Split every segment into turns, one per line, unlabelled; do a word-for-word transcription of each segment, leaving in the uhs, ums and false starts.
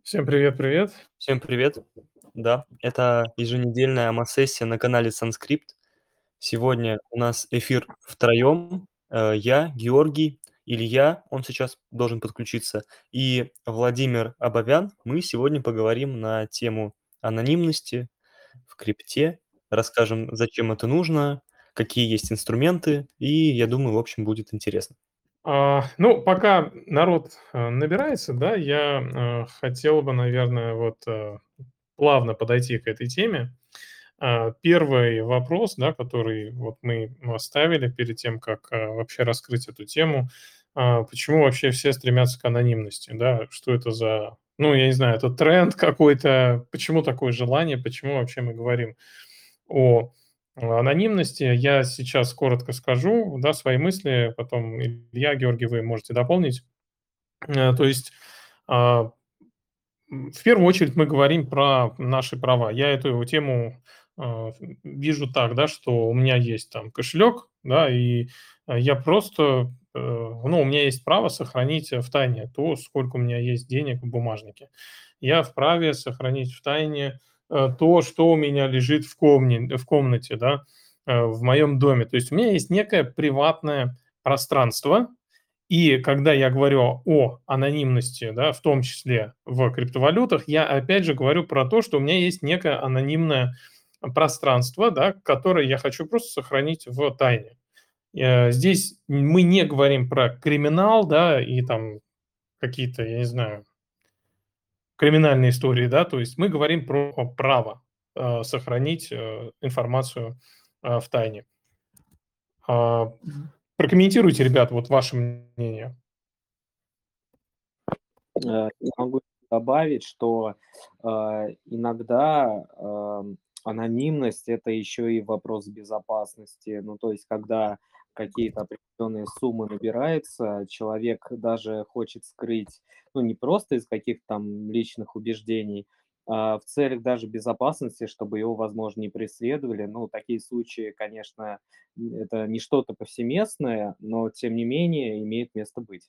Всем привет, привет.
Всем привет. Да, это еженедельная АМА-сессия на канале Санскрипт. Сегодня у нас эфир втроем. Э, я, Георгий, Илья, он сейчас должен подключиться, и Владимир Абовян. Мы сегодня поговорим на тему анонимности в крипте, расскажем, зачем это нужно, какие есть инструменты, и я думаю, в общем, будет интересно.
А, ну, пока народ, э, набирается, да, я, э, хотел бы, наверное, вот, э, плавно подойти к этой теме. А, первый вопрос, да, который вот мы оставили перед тем, как, э, вообще раскрыть эту тему. А, почему вообще все стремятся к анонимности, да? Что это за, ну, я не знаю, это тренд какой-то? Почему такое желание? Почему вообще мы говорим о анонимности? Я сейчас коротко скажу, да, свои мысли, потом Илья, Георгий, вы можете дополнить. Э, то есть, а, м, в первую очередь мы говорим про наши права. Я эту тему, а, вижу так, да, что у меня есть там кошелек, да, и э, я просто, э, ну, у меня есть право сохранить в тайне то, сколько у меня есть денег в бумажнике. Я вправе сохранить в тайне э, то, что у меня лежит в комне, в комнате, да, э, в моем доме. То есть у меня есть некое приватное пространство, и когда я говорю о анонимности, да, в том числе в криптовалютах, я опять же говорю про то, что у меня есть некое анонимное пространство, да, которое я хочу просто сохранить в тайне. Э, Здесь мы не говорим про криминал, да, и там какие-то, я не знаю, криминальные истории, да, то есть мы говорим про право э, сохранить э, информацию э, в тайне. А, Прокомментируйте, ребят, вот ваше мнение.
Э, я могу добавить, что, э, иногда, ам, анонимность — это еще и вопрос безопасности. Ну, то есть, когда какие-то определенные суммы набирается, человек даже хочет скрыть, ну, не просто из каких-то там личных убеждений, а в целях даже безопасности, чтобы его, возможно, не преследовали. Ну, такие случаи, конечно, н это не что-то повсеместное, но тем не менее имеет место быть.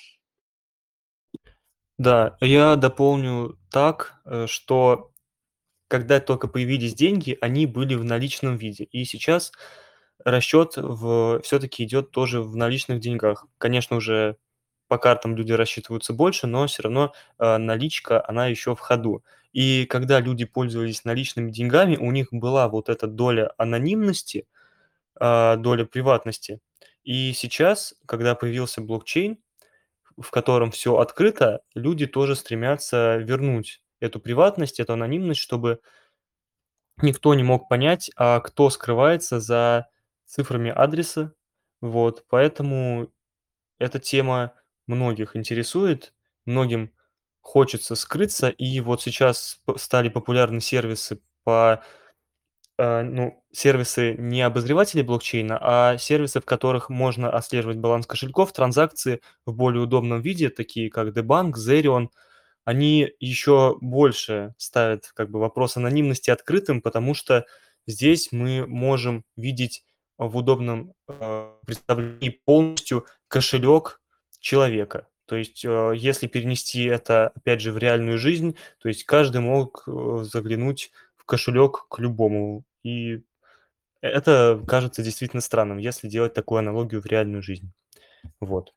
Да, я дополню так, э, что когда только появились деньги, они были в наличном виде. И сейчас расчет в все-таки идет тоже в наличных деньгах. Конечно, уже по картам люди рассчитываются больше, но все равно э, наличка, она еще в ходу. И когда люди пользовались наличными деньгами, у них была вот эта доля анонимности, а, доля приватности. И сейчас, когда появился блокчейн, в котором все открыто, люди тоже стремятся вернуть эту приватность, эту анонимность, чтобы никто не мог понять, а кто скрывается за цифрами адреса. Вот, поэтому эта тема многих интересует, многим хочется скрыться. И вот сейчас п стали популярны сервисы по а, ну, сервисы не обозревателей блокчейна, а сервисы, в которых можно отслеживать баланс кошельков, транзакции в более удобном виде, такие как Debunk, Zerion. Они еще больше ставят как бы вопрос анонимности открытым, потому что здесь мы можем видеть в удобном, э, представлении полностью кошелек человека. То есть, э, если перенести это, опять же, в реальную жизнь, то есть каждый мог, э, заглянуть в кошелек к любому. И это кажется действительно странным, если делать такую аналогию в реальную жизнь. Вот.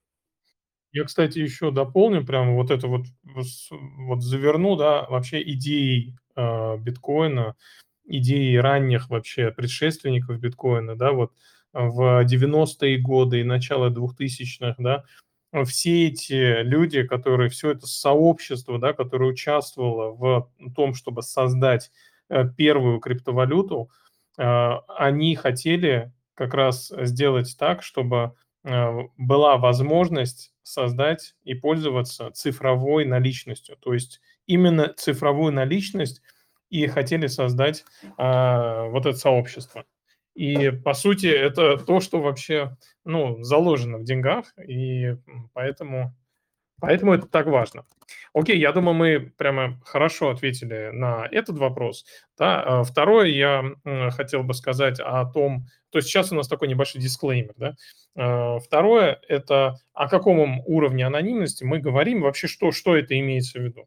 Я, кстати, еще дополню, прям вот это вот вс вот заверну, да, вообще идеей, а, биткоина, идеей ранних вообще предшественников биткоина, да, вот а, в девяностые годы и начало двухтысячных, да, а, все эти люди, которые, все это сообщество, да, которое участвовало в том, чтобы создать, э, первую криптовалюту, а, они хотели как раз сделать так, чтобы э, была возможность создать и пользоваться цифровой наличностью. То есть именно цифровую наличность и хотели создать а, вот это сообщество. И по сути это то, что вообще ну, заложено в деньгах, и м, поэтому Поэтому это так важно. Окей, я думаю, мы прямо хорошо ответили на этот вопрос. Да. А, Второе, я м, хотел бы сказать о том, то есть сейчас у нас такой небольшой дисклеймер, да. А, Второе, это о каком уровне анонимности мы говорим, вообще что, что это имеется в виду.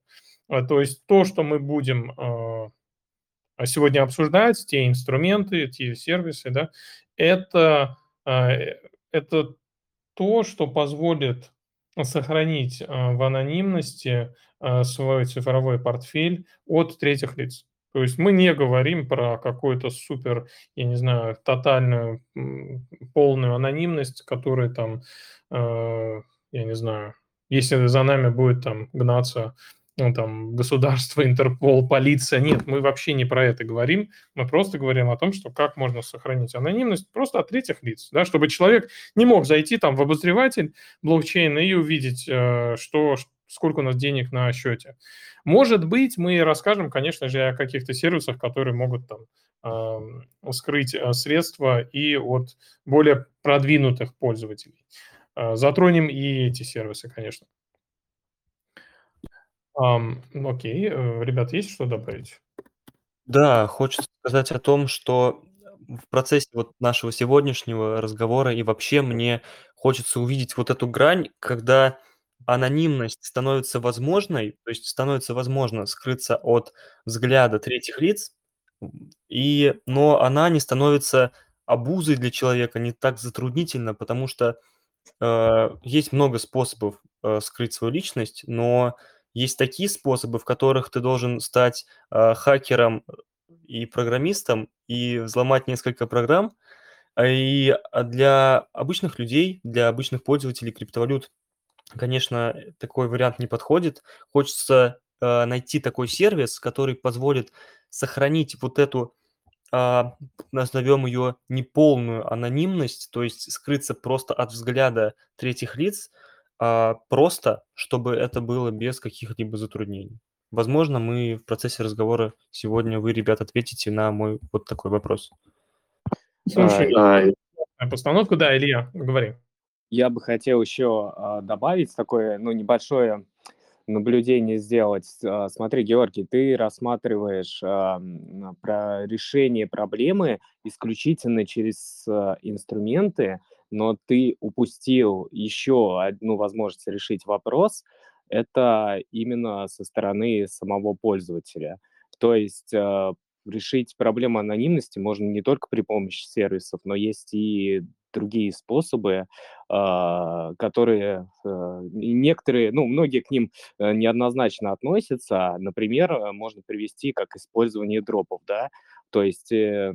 А, то есть то, что мы будем, а, а, сегодня обсуждать, те инструменты, те сервисы, да, это, а, э, это то, что позволит сохранить, а, в анонимности, а, свой цифровой портфель от третьих лиц. То есть мы не говорим про какую-то супер, я не знаю, тотальную, м, полную анонимность, которая там, а, я не знаю, если за нами будет там гнаться, ну, там, государство, Интерпол, полиция. Нет, мы вообще не про это говорим. Мы просто говорим о том, что как можно сохранить анонимность просто от третьих лиц, да, чтобы человек не мог зайти там в обозреватель блокчейна и увидеть, э, что, ш- сколько у нас денег на счете. Может быть, мы расскажем, конечно же, о каких-то сервисах, которые могут там ам, скрыть э, средства и от более продвинутых пользователей. А, Затронем и эти сервисы, конечно. Ам, ну, окей, э, ребят, есть что добавить?
Да, хочется сказать о том, что в процессе вот нашего сегодняшнего разговора и вообще мне хочется увидеть вот эту грань, когда анонимность становится возможной, то есть становится возможно скрыться от взгляда третьих лиц, м, и, но она не становится обузой для человека, не так затруднительно, потому что Э, есть много способов, э, скрыть свою личность, но есть такие способы, в которых ты должен стать, э, хакером и программистом и взломать несколько программ. А, и, а, для обычных людей, для обычных пользователей криптовалют, конечно, э, такой вариант не подходит. Хочется, э, найти такой сервис, который позволит сохранить вот эту а, назовем ее неполную анонимность, то есть скрыться просто от взгляда третьих лиц, а, просто чтобы это было без каких-либо затруднений. Возможно, мы в процессе разговора сегодня вы, ребят, ответите на мой вот такой вопрос.
А,
Слушай, а, постановку, да, Илья, говори.
Я бы хотел еще а, добавить такое, ну, небольшое наблюдение сделать. А, Смотри, Георгий, ты рассматриваешь а, м, про решение проблемы исключительно через а, инструменты, но ты упустил еще одну возможность решить вопрос. Это именно со стороны самого пользователя. То есть а, решить проблему анонимности можно не только при помощи сервисов, но есть и другие способы, а, которые, э, и некоторые, ну, многие к ним э, неоднозначно относятся. Например, э, можно привести как использование дропов, да. То есть э,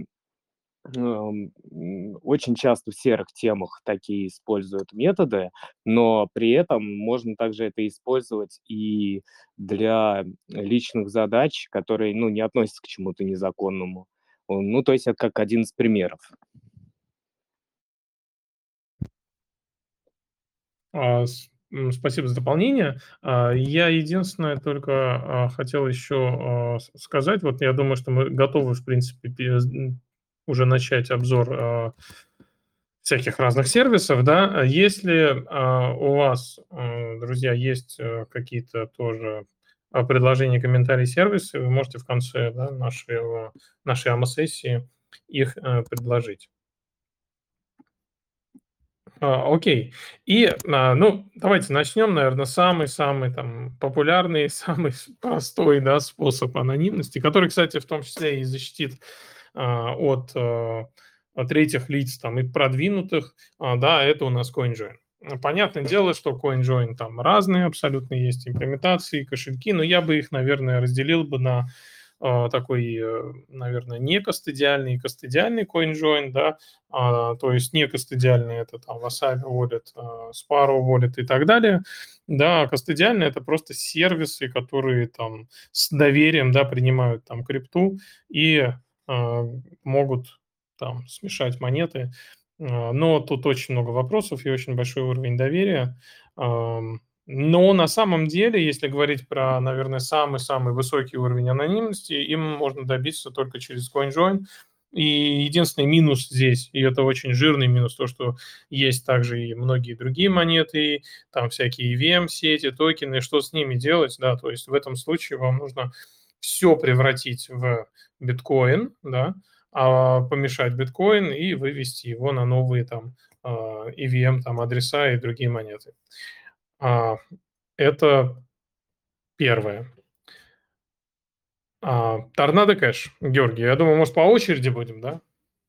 ам, м, очень часто в серых темах такие используют методы, но при этом можно также это использовать и для личных задач, которые, ну, не относятся к чему-то незаконному. Он- Ну, то есть это как один из примеров.
А, с м, спасибо за дополнение. А, я единственное только, а, хотел еще, а, с сказать. Вот я думаю, что мы готовы, в принципе, пе м, уже начать обзор, а, всяких разных сервисов, да. А если, а, у вас, а, друзья, есть, э, какие-то тоже, а, предложения, комментарии, сервисы, вы можете в конце, да, нашего нашей АМА-сессии их, э, предложить. А, окей. И, а, ну, давайте начнем, наверное, самый-самый там популярный, самый с простой, да, способ анонимности, который, кстати, в том числе и защитит, а, от, а, от третьих лиц там и продвинутых, а, да, это у нас CoinJoin. А, Понятное дело, что CoinJoin там разные абсолютно есть имплементации, кошельки, но я бы их, наверное, разделил бы на а, такой, э, наверное, некостыдиальный и кастодиальный CoinJoin, да, а, то есть некостыдиальный — это там Wasabi Wallet, а, Sparrow Wallet и так далее, да, а кастодиальный — это просто сервисы, которые там с доверием, да, принимают там крипту и а, могут там смешать монеты. А, Но тут очень много вопросов и очень большой уровень доверия. Ам, Но на самом деле, если говорить про, наверное, самый-самый высокий уровень анонимности, им можно добиться только через CoinJoin. И единственный минус здесь, и это очень жирный минус, то, что есть также и многие другие монеты, там всякие и ви эм-сети, токены, что с ними делать, да, то есть в этом случае вам нужно все превратить в биткоин, да, а, помешать биткоин и вывести его на новые там а, и ви эм там адреса и другие монеты. А, Это первое. А, Торнадо Кэш. Георгий, я думаю, может, по очереди будем, да?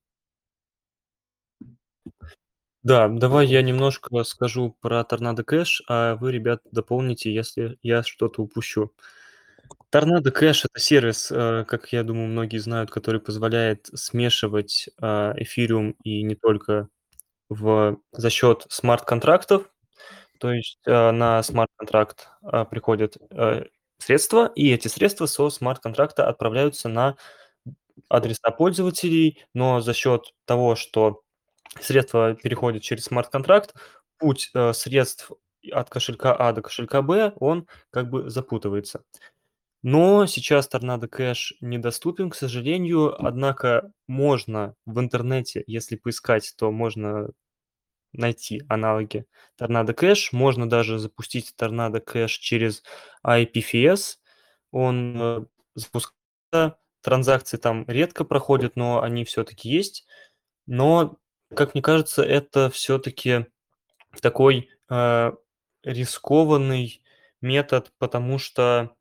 Да, давай я немножко скажу про Торнадо Кэш, а вы, ребят, дополните, если я что-то упущу. Торнадо Кэш- это сервис, э, как я думаю, многие знают, который позволяет смешивать, а, эфириум и не только в за счет смарт-контрактов. То есть, э, на смарт-контракт, а, приходят, э, средства, и эти средства со смарт-контракта отправляются на адреса пользователей, но за счет того, что средства переходят через смарт-контракт, путь, э, средств от кошелька А до кошелька Б, он как бы запутывается. Но сейчас Торнадо Кэш недоступен, к сожалению, однако можно в интернете, если поискать, то можно найти аналоги Торнадо Кэш. Можно даже запустить Торнадо Кэш через ай пи эф эс. Он, э, запускается, транзакции там редко проходят, но они все-таки есть. Но, как мне кажется, это все-таки такой, э, рискованный метод, потому что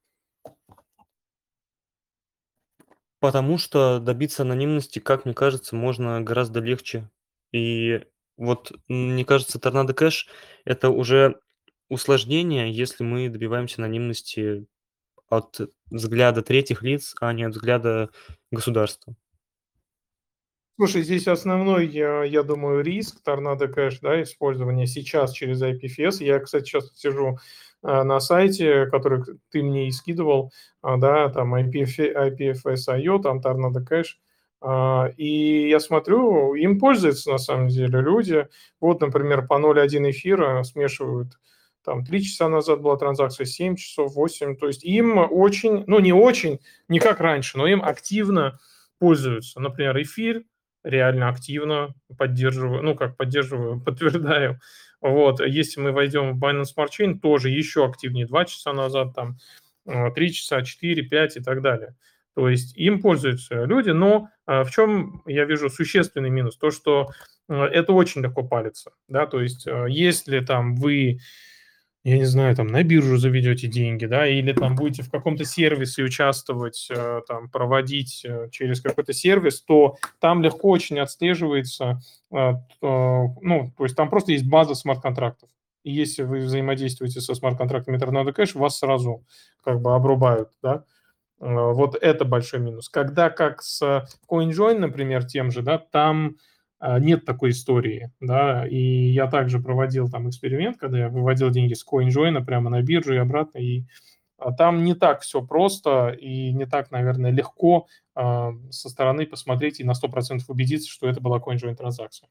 потому что добиться анонимности, как мне кажется, можно гораздо легче. И вот, м, мне кажется, Торнадо Кэш- это уже усложнение, если мы добиваемся анонимности от взгляда третьих лиц, а не от взгляда государства.
Слушай, здесь основной, я я думаю, риск Торнадо Кэш, да, использования сейчас через ай пи эф эс. Я, кстати, сейчас сижу, а, на сайте, который к ты мне и скидывал, а, да, там ай пи эф ай пи эф эс точка ай о, там Торнадо Кэш. А, и я смотрю, им пользуются на самом деле люди. Вот, например, по ноль целых одна эфира смешивают. Там три часа назад была транзакция, семь часов, восемь. То есть им очень, ну, не очень, не как раньше, но им активно пользуются. Например, эфир реально активно поддерживаю, ну, как поддерживаю, подтверждаю. Вот, если мы войдем в Binance Smart Chain, тоже еще активнее два часа назад, там, э, три часа, четыре, пять и так далее. То есть им пользуются люди, но а, в чем я вижу существенный минус? То, что э, это очень легко палится, да, то есть э, если там вы, я не знаю, там на биржу заведете деньги, да, или там будете в каком-то сервисе участвовать, э, там проводить э, через какой-то сервис, то там легко очень отслеживается, э, то, ну, то есть там просто есть база смарт-контрактов. И если вы взаимодействуете со смарт-контрактами Tornado Cash, вас сразу как бы обрубают, да. Э, Вот это большой минус. Когда как с CoinJoin, например, тем же, да, там а, нет такой истории, да, и я также проводил там эксперимент, когда я выводил деньги с CoinJoin прямо на биржу и обратно, и а, там не так все просто и не так, наверное, легко а, со стороны посмотреть и на сто процентов убедиться, что это была CoinJoin транзакция.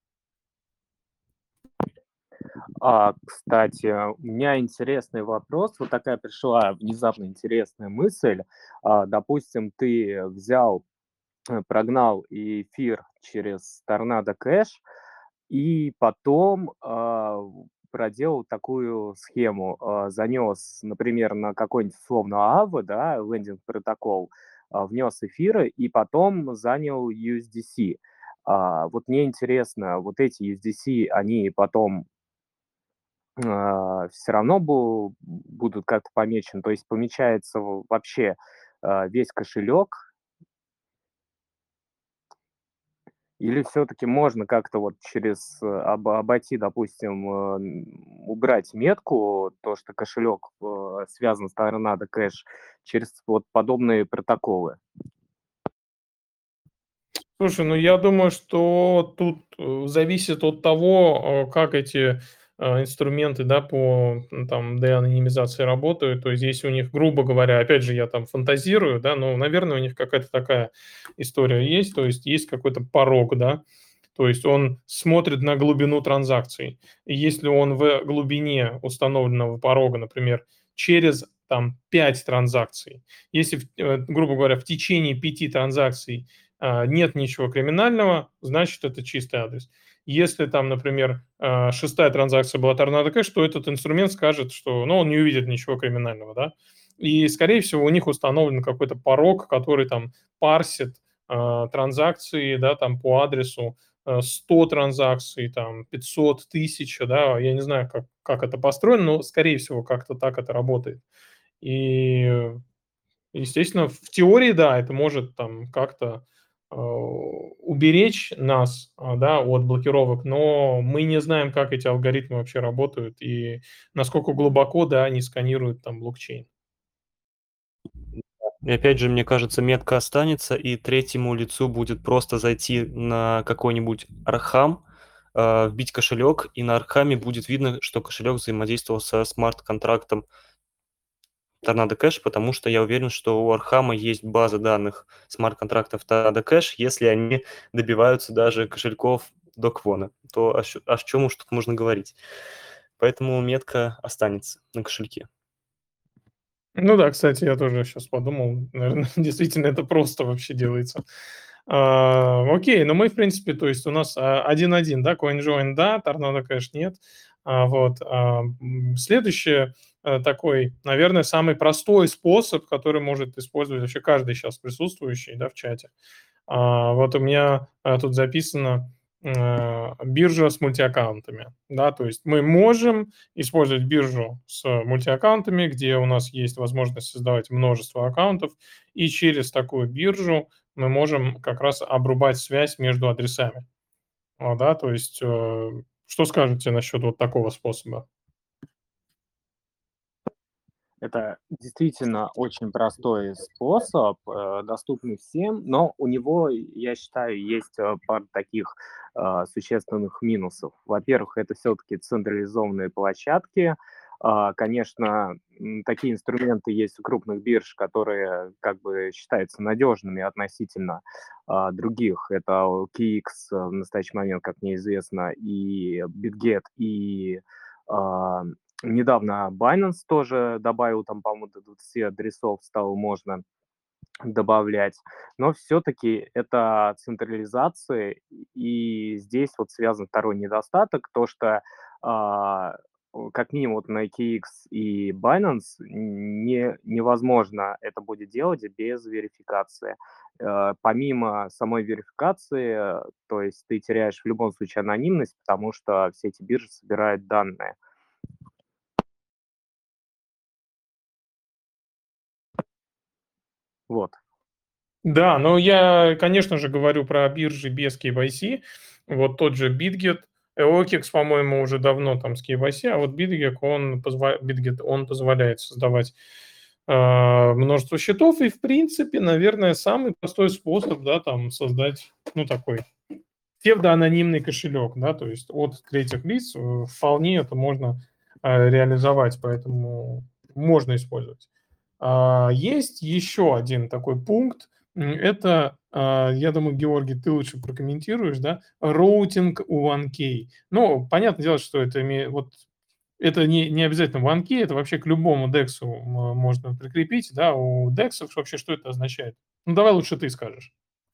А, кстати, у меня интересный вопрос. Вот такая пришла внезапно интересная мысль. А, допустим, ты взял, э, прогнал эфир через Tornado Cash и потом, а, проделал такую схему. А, занес, например, на какой-нибудь условно Aave, да, лендинг протокол, а, внес эфиры и потом занял ю эс ди си. А, вот мне интересно, вот эти ю эс ди си, они потом все равно бу будут как-то помечены, то есть помечается в вообще, а, весь кошелек, или все таки можно как-то вот через, э, оба обойти, допустим, э, м, убрать метку, то, что кошелек, э, связан с Tornado Cash, через вот подобные протоколы?
Слушай, ну я думаю, что тут э, зависит от того, э, как эти э, инструменты, да, по м, там деанонимизации работают. То есть если у них, грубо говоря, опять же, я там фантазирую, да, но, наверное, у них какая-то такая история есть. То есть есть какой-то порог, да, то есть он смотрит на глубину транзакций. И если он в глубине установленного порога, например, через там пять транзакций, если, в- э, грубо говоря, в течение пяти транзакций а, нет ничего криминального, значит, это чистый адрес. Если там, например, а, шестая транзакция была Tornado Cash, то этот инструмент скажет, что, ну, он не увидит ничего криминального, да. И, скорее всего, у них установлен какой-то порог, который там парсит а, транзакции, да, там по адресу э, сто транзакций, там пятьсот, тысяча, да, я не знаю, как, как это построено, но, скорее всего, как-то так это работает. И естественно, в теории, да, это может там как-то э, уберечь нас, а, да, от блокировок, но мы не знаем, как эти алгоритмы вообще работают и насколько глубоко, да, они сканируют там блокчейн.
И опять же, мне кажется, метка останется, и третьему лицу будет просто зайти на какой-нибудь Архам, э, вбить кошелек, и на Архаме будет видно, что кошелек взаимодействовал со смарт-контрактом Tornado Cash, потому что я уверен, что у Архама есть база данных смарт-контрактов Tornado Cash, если они добиваются даже кошельков до Квона, то о, щ- о чем уж тут можно говорить. Поэтому метка останется на кошельке.
Ну да, кстати, я тоже сейчас подумал, наверное, действительно это просто вообще делается. А, окей, но мы, в принципе, то есть у нас а, один-один, да, CoinJoin, да, Tornado Cash нет. А, вот. а, м, Следующий э, такой, наверное, самый простой способ, который может использовать вообще каждый сейчас присутствующий, да, в чате. А, вот у меня а, тут записано а, биржа с мультиаккаунтами, да, то есть мы можем использовать биржу с мультиаккаунтами, где у нас есть возможность создавать множество аккаунтов, и через такую биржу мы можем как раз обрубать связь между адресами. А, да, то есть, э, что скажете насчет вот такого способа?
Это действительно очень простой способ, э, доступный всем, но у него, я считаю, есть э, пара таких э, существенных минусов. Во-первых, это все-таки централизованные площадки. А, Конечно, м, такие инструменты есть у крупных бирж, которые как бы считаются надежными относительно а, других. Это о кей икс в настоящий момент, как мне известно, и BitGet, и а, недавно Binance тоже добавил, там, по-моему, до двадцати адресов стало можно добавлять. Но все-таки это централизация, и здесь вот связан второй недостаток, то что а, о, как минимум вот на кей икс и Binance не, невозможно это будет делать без верификации. Э, Помимо самой верификации, э, то есть ты теряешь в любом случае анонимность, потому что все эти биржи собирают данные. Вот.
Да, но я, конечно же, говорю про биржи без кей вай си. Вот тот же BitGet, э, о кей экс, по-моему, уже давно там с кей вай си, а вот BitGet, он, позва... BitGet, он позволяет создавать а, множество счетов, и, в принципе, наверное, самый простой способ, да, там, создать, ну, такой псевдоанонимный кошелек, да, то есть от третьих лиц э, вполне это можно э, реализовать, поэтому можно использовать. А, Есть еще один такой пункт, м, это, а, я думаю, Георгий, ты лучше прокомментируешь, да, роутинг у один кей. Ну, понятное дело, что это име- вот это не, не обязательно один кей, это вообще к любому дексу м, можно прикрепить, да, у дексов вообще что это означает? Ну, давай лучше ты скажешь.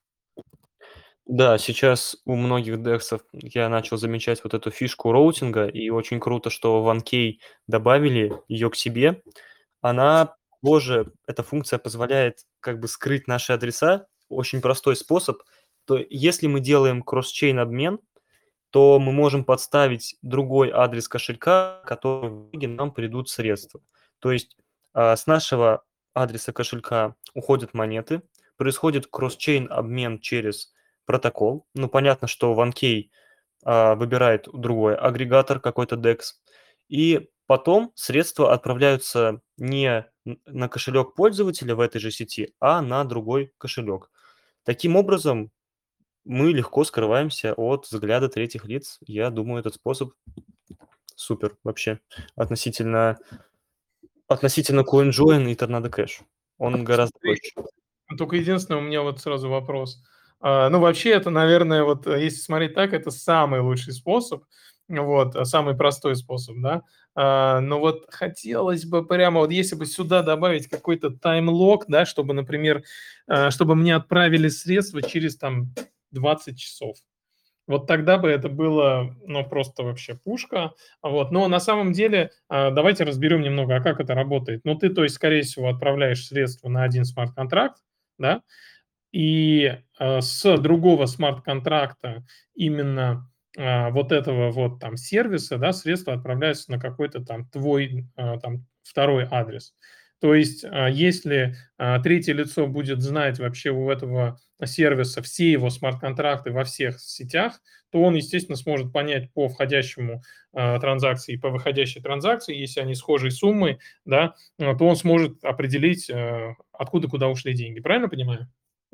Да, сейчас у многих дексов я начал замечать вот эту фишку роутинга, и очень круто, что в один кей добавили ее к себе. Она тоже, эта функция позволяет как бы скрыть наши адреса. Очень простой способ. То если мы делаем кросс-чейн обмен, то мы можем подставить другой адрес кошелька, который в итоге нам придут средства. То есть а, с нашего адреса кошелька уходят монеты, происходит кросс-чейн обмен через протокол. Ну, понятно, что один кей а, выбирает другой агрегатор, какой-то декс, и потом средства отправляются не н- на кошелек пользователя в этой же сети, а на другой кошелек. Таким образом, мы легко скрываемся от взгляда третьих лиц. Я думаю, этот способ супер вообще относительно, относительно CoinJoin и Tornado Cash. Он гораздо проще.
Только единственное, у меня вот сразу вопрос. А, ну, вообще, это, наверное, вот э, если смотреть так, это самый лучший способ, вот, а, самый простой способ, да. А, но вот хотелось бы прямо, вот если бы сюда добавить какой-то таймлок, да, чтобы, например, а, чтобы мне отправили средства через там двадцать часов. Вот тогда бы это было, ну, просто вообще пушка. Вот. Но на самом деле, а, давайте разберем немного, а как это работает. Ну, ты, то есть, скорее всего, отправляешь средства на один смарт-контракт, да, и э, с другого смарт-контракта именно а, вот этого вот там сервиса, да, средства отправляются на какой-то там твой а, там второй адрес. То есть, а, если, а, третье лицо будет знать вообще у этого сервиса все его смарт-контракты во всех сетях, то он, естественно, сможет понять по входящему, а, транзакции и по выходящей транзакции, если они схожей суммы, да, а, то он сможет определить, а, откуда куда ушли деньги. Правильно понимаю?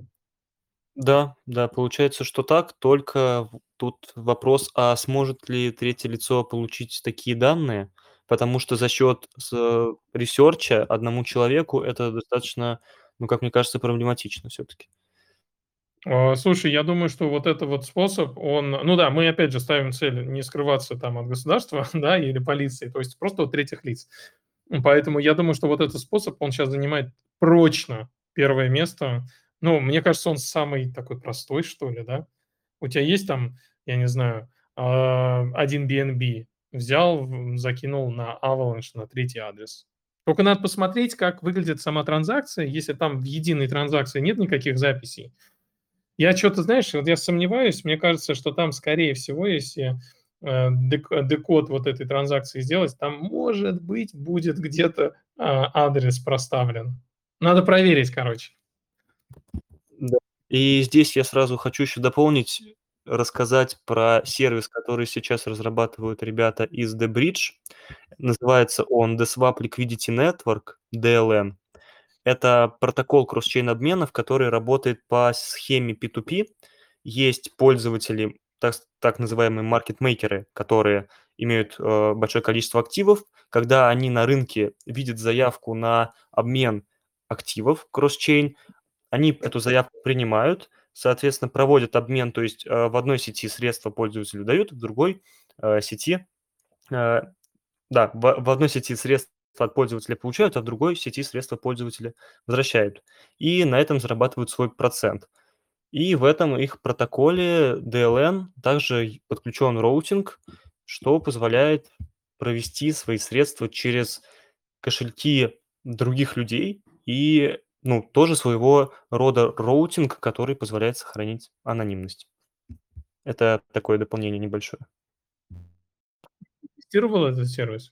Да, да, получается, что так, только в тут вопрос, а сможет ли третье лицо получить такие данные? Потому что за счет с э, ресерча одному человеку это достаточно, ну, как мне кажется, проблематично все-таки.
А, слушай, я думаю, что вот это вот способ, он, ну да, мы опять же ставим цель не скрываться там от государства, да, или полиции, то есть просто от третьих лиц. М, Поэтому я думаю, что вот этот способ, он сейчас занимает прочно первое место. Ну, мне кажется, он самый такой простой, что ли, да? У тебя есть там, я не знаю, а, один би эн би, взял, в- закинул на Avalanche на третий адрес. Только надо посмотреть, как выглядит сама транзакция. Если там в единой транзакции нет никаких записей, я что то знаешь, вот я сомневаюсь, мне кажется, что там, скорее всего, если, э, дек декод вот этой транзакции сделать, там, может быть, будет где-то, а, адрес проставлен. Надо проверить, короче.
Да. И здесь я сразу хочу еще дополнить, рассказать про сервис, который сейчас разрабатывают ребята из The Bridge. Называется он DeSwap Liquidity Network, ди эл эн. Это протокол кросс-чейн обменов, который работает по схеме пи ту пи. Есть пользователи, так, с- так называемые маркетмейкеры, которые имеют э, большое количество активов. Когда они на рынке видят заявку на обмен активов кросс-чейн, они эту заявку принимают, соответственно, проводят обмен, то есть э, в одной сети средства пользователю дают, в другой э, сети э, да, в в одной сети средства от пользователя получают, а в другой сети средства пользователя возвращают. И на этом зарабатывают свой процент. И в этом их протоколе ди эл эн также й подключен роутинг, что позволяет провести свои средства через кошельки других людей и, ну, тоже своего рода роутинг, который позволяет сохранить анонимность. Это такое дополнение небольшое.
Тестировал этот сервис?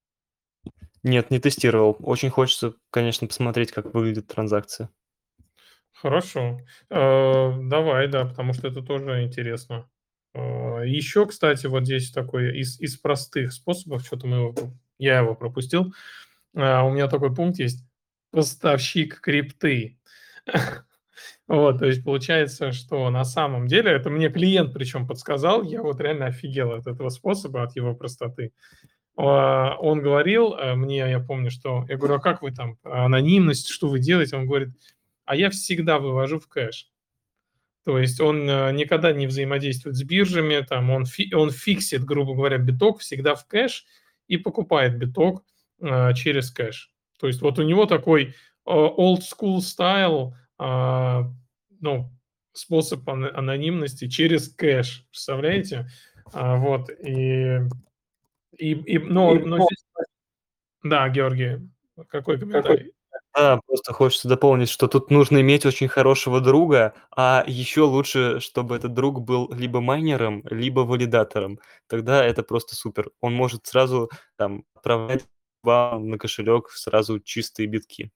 Нет, не тестировал. Очень хочется, конечно, посмотреть, как выглядит транзакция.
Хорошо. Э, давай, да, потому что это тоже интересно. Э, еще, кстати, вот здесь такой из из простых способов, что то мы его я его пропустил. А, у меня такой пункт есть: поставщик крипты. Вот, то есть получается, что на самом деле это мне клиент причем подсказал. Я вот реально офигел от этого способа, от его простоты. А, он говорил, э, мне, я помню, что я говорю: "А как вы там, анонимность, что вы делаете?" Он говорит: "А я всегда вывожу в кэш". То есть он, э, никогда не взаимодействует с биржами, там он фи он фиксит, грубо говоря, биток всегда в кэш и покупает биток, э, через кэш. То есть вот у него такой, э, old school style, а, ну, способ ано анонимности через кэш. Представляете? А, вот и и и но
И,
но
ну,
здесь да, Георгий, какой
какой
комментарий?
Да, просто хочется дополнить, что тут нужно иметь очень хорошего друга, а еще лучше, чтобы этот друг был либо майнером, либо валидатором. Тогда это просто супер. Он может сразу там отправлять вам на кошелек сразу чистые битки.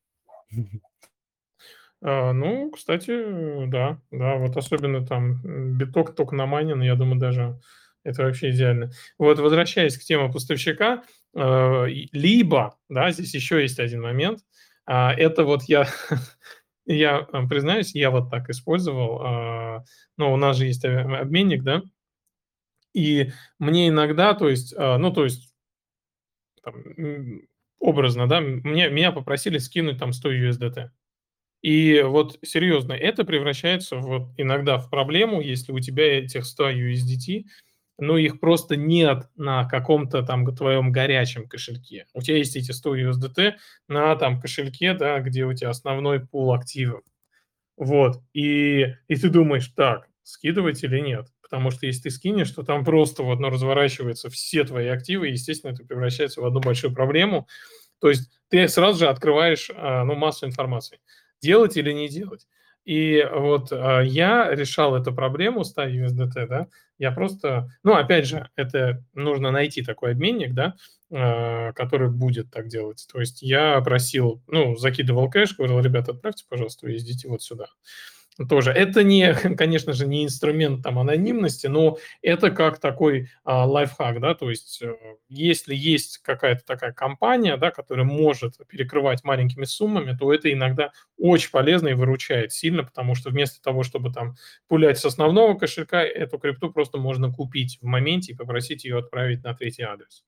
А, ну, кстати, э, да, да, вот особенно там, м, биток токен намайнен, я думаю, даже это вообще идеально. Вот возвращаясь к теме поставщика, э, и либо, да, здесь еще есть один момент, а, это вот я я, а, признаюсь, я вот так использовал, а, ну, у нас же есть, э, обменник, да, и мне иногда, то есть, а, ну, то есть, там, м, образно, да, мне меня попросили скинуть там сто ю эс ди ти. И вот серьезно, это превращается вот иногда в проблему, если у тебя этих сто ю эс ди ти, но их просто нет на каком-то там г твоем горячем кошельке. У тебя есть эти сто ю эс ди ти на там кошельке, да, где у тебя основной пул активов. Вот, и и ты думаешь: "Так, скидывать или нет?" Потому что если ты скинешь, то там просто вот, ну, разворачиваются все твои активы, и, естественно, это превращается в одну большую проблему. То есть ты сразу же открываешь, а, ну, массу информации. Делать или не делать? И вот, а, я решал эту проблему ста ю эс ди ти, да. Я просто ну, опять же, это нужно найти такой обменник, да, а, который будет так делать. То есть я просил, ну, закидывал кэш, говорил: "Ребята, отправьте, пожалуйста, ю эс ди ти вот сюда". Тоже. Это не, конечно же, не инструмент там анонимности, но это как такой, а, лайфхак, да. То есть, э, если есть какая-то такая компания, да, которая может перекрывать маленькими суммами, то это иногда очень полезно и выручает сильно, потому что вместо того, чтобы там пулять с основного кошелька, эту крипту просто можно купить в моменте и попросить ее отправить на третий адрес.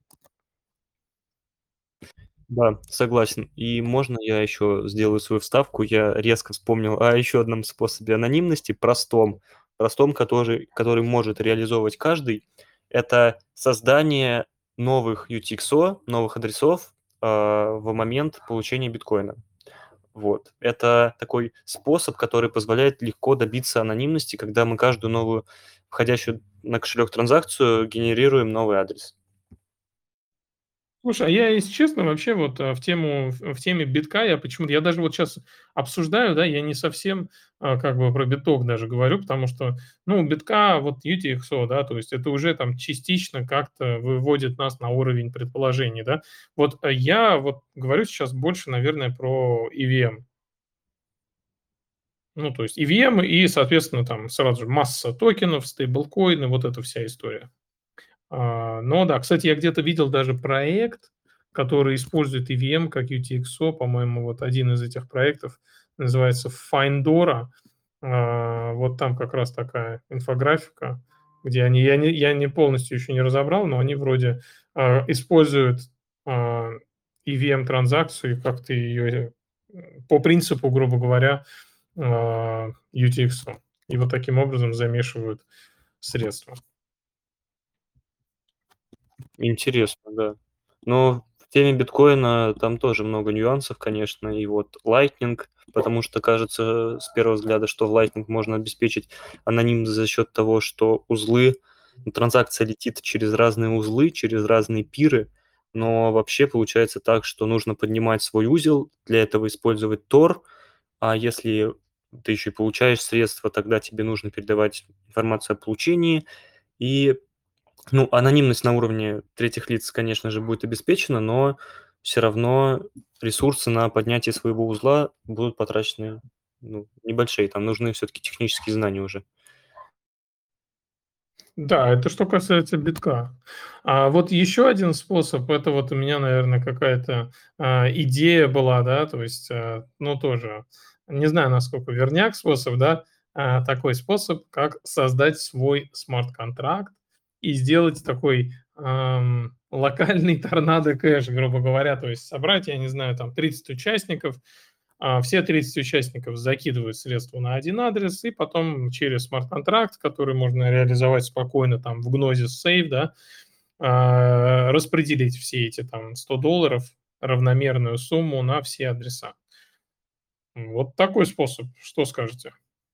Да, согласен. И можно я еще сделаю свою вставку? Я резко вспомнил о еще одном способе анонимности, простом, простом, который, который может реализовывать каждый. Это создание новых ю ти экс о, новых адресов а, в момент получения биткоина. Вот. Это такой способ, который позволяет легко добиться анонимности, когда мы каждую новую входящую на кошелек транзакцию генерируем новый адрес.
Слушай, а я, если честно, вообще вот, а, в тему в в теме битка я почему-то я даже вот сейчас обсуждаю, да, я не совсем, а, как бы про биток даже говорю, потому что, ну, у битка вот ю ти экс о, да, то есть это уже там частично как-то выводит нас на уровень предположений, да. Вот, а, я вот говорю сейчас больше, наверное, про и ви эм. Ну, то есть и ви эм и, соответственно, там сразу же масса токенов, стейблкоины, вот эта вся история. А, но да, кстати, я где-то видел даже проект, который использует и ви эм как ю ти экс о, по-моему, вот один из этих проектов называется Findora. А, вот там как раз такая инфографика, где они, я не, я не полностью еще не разобрал, но они вроде а, используют а, и ви эм-транзакцию, и как-то ее по принципу, грубо говоря, а, ю ти экс о. И вот таким образом замешивают средства.
Интересно, да. Но в теме биткоина там тоже много нюансов, конечно. И вот Lightning, потому что кажется с первого взгляда, что в Lightning можно обеспечить анонимность за счет того, что узлы, транзакция летит через разные узлы, через разные пиры, но вообще получается так, что нужно поднимать свой узел, для этого использовать Tor, а если ты еще и получаешь средства, тогда тебе нужно передавать информацию о получении, и ну, анонимность на уровне третьих лиц, конечно же, будет обеспечена, но все равно ресурсы на поднятие своего узла будут потрачены, ну, небольшие. Там нужны все-таки технические знания уже.
Да, это что касается битка. А вот еще один способ, это вот у меня, наверное, какая-то, а, идея была, да, то есть, а, ну, тоже не знаю, насколько верняк способ, да, а, такой способ, как создать свой смарт-контракт и сделать такой, ам, локальный торнадо кэш, грубо говоря. То есть собрать, я не знаю, там тридцать участников, а, все тридцать участников закидывают средства на один адрес, и потом через смарт-контракт, который можно реализовать спокойно там в Gnosis Safe, да, а, распределить все эти там сто долларов, равномерную сумму на все адреса. Вот такой способ. Что скажете?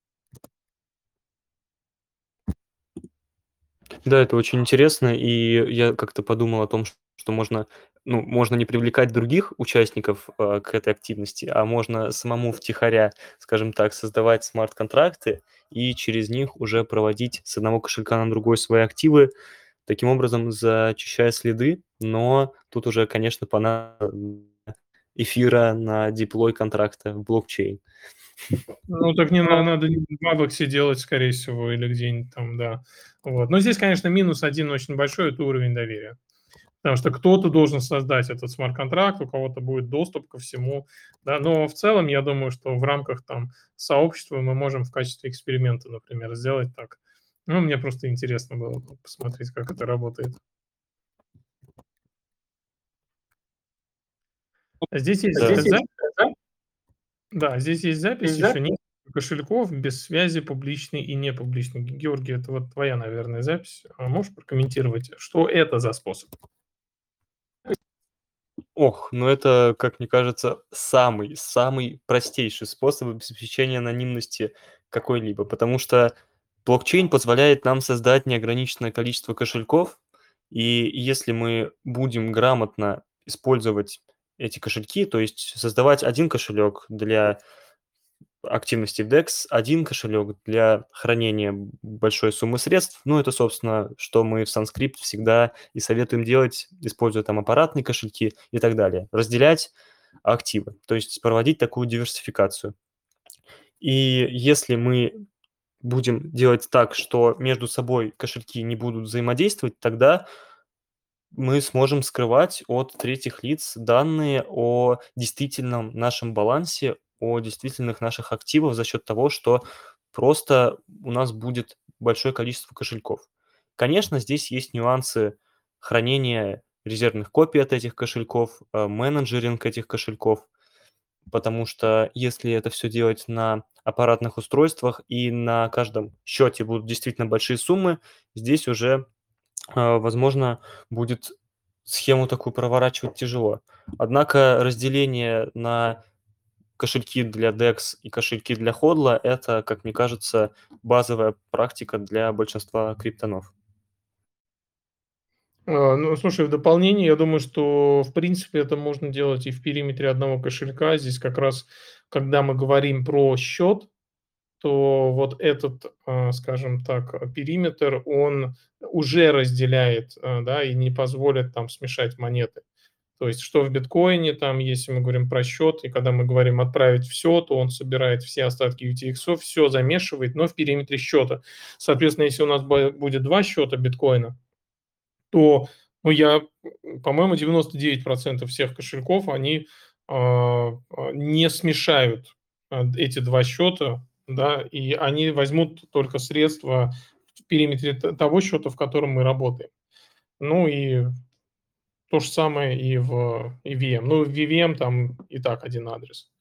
Да, это очень интересно, и я как-то подумал о том, ш- что можно, ну, можно не привлекать других участников а, к этой активности, а можно самому втихаря, скажем так, создавать смарт-контракты и через них уже проводить с одного кошелька на другой свои активы, таким образом зачищая следы, но тут уже, конечно, понадобится эфира на деплой контракта в блокчейн.
Ну, так не на надо не в Мабоксе делать, скорее всего, или где-нибудь там, да. Вот. Но здесь, конечно, минус один очень большой — это уровень доверия. Потому что кто-то должен создать этот смарт-контракт, у кого-то будет доступ ко всему, да. Но в целом, я думаю, что в рамках там сообщества мы можем в качестве эксперимента, например, сделать так. Ну, мне просто интересно было посмотреть, как это работает. А здесь есть
Да.
за запись, да, здесь есть запись еще несколько кошельков без связи публичной и непубличной. Георгий, это вот твоя, наверное, запись. А можешь прокомментировать, что это за способ?
Ох, ну это, как мне кажется, самый самый простейший способ обеспечения анонимности какой-либо, потому что блокчейн позволяет нам создать неограниченное количество кошельков, и если мы будем грамотно использовать эти кошельки, то есть создавать один кошелек для активности в декс, один кошелек для хранения большой суммы средств. Ну, это, собственно, что мы в Sunscript всегда и советуем делать, используя там аппаратные кошельки и так далее. Разделять активы, то есть проводить такую диверсификацию. И если мы будем делать так, что между собой кошельки не будут взаимодействовать, тогда мы сможем скрывать от третьих лиц данные о действительном нашем балансе, о действительных наших активах за счет того, что просто у нас будет большое количество кошельков. Конечно, здесь есть нюансы хранения резервных копий от этих кошельков, э, менеджеринг этих кошельков, потому что если это все делать на аппаратных устройствах и на каждом счете будут действительно большие суммы, здесь уже а, возможно, будет схему такую проворачивать тяжело. Однако разделение на кошельки для декс и кошельки для ходла — это, как мне кажется, базовая практика для большинства криптонов.
А, ну, слушай, в дополнение, я думаю, что, в принципе, это можно делать и в периметре одного кошелька. Здесь как раз, когда мы говорим про счет, то вот этот, а, скажем так, а, периметр, он уже разделяет, а, да, и не позволит там смешать монеты. То есть что в биткоине, там, если мы говорим про счет, и когда мы говорим отправить все, то он собирает все остатки ю ти экс, все замешивает, но в периметре счета. Соответственно, если у нас бо- будет два счета биткоина, то, ну, я, м, по-моему, девяносто девять процентов всех кошельков, они а, а, не смешают а, эти два счета, да, и они возьмут только средства в периметре т- того счета, в котором мы работаем. Ну и то же самое и в и ви эм. Ну, в ви ви эм там и так один адрес.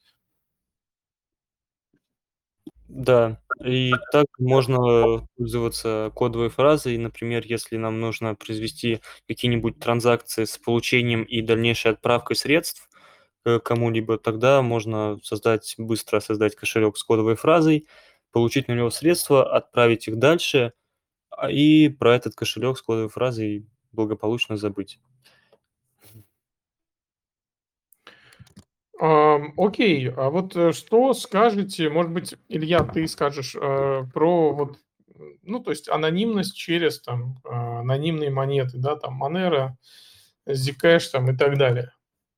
Да, и так можно пользоваться кодовой фразой. Например, если нам нужно произвести какие-нибудь транзакции с получением и дальнейшей отправкой средств э, кому-либо, тогда можно создать, быстро создать кошелек с кодовой фразой, получить на него средства, отправить их дальше, а, и про этот кошелек с кодовой фразой благополучно забыть.
Ам, окей, а вот, э, что скажете, может быть, Илья, ты скажешь, э, про вот, м, ну, то есть анонимность через там, а, анонимные монеты, да, там Monero, Zcash там и так далее.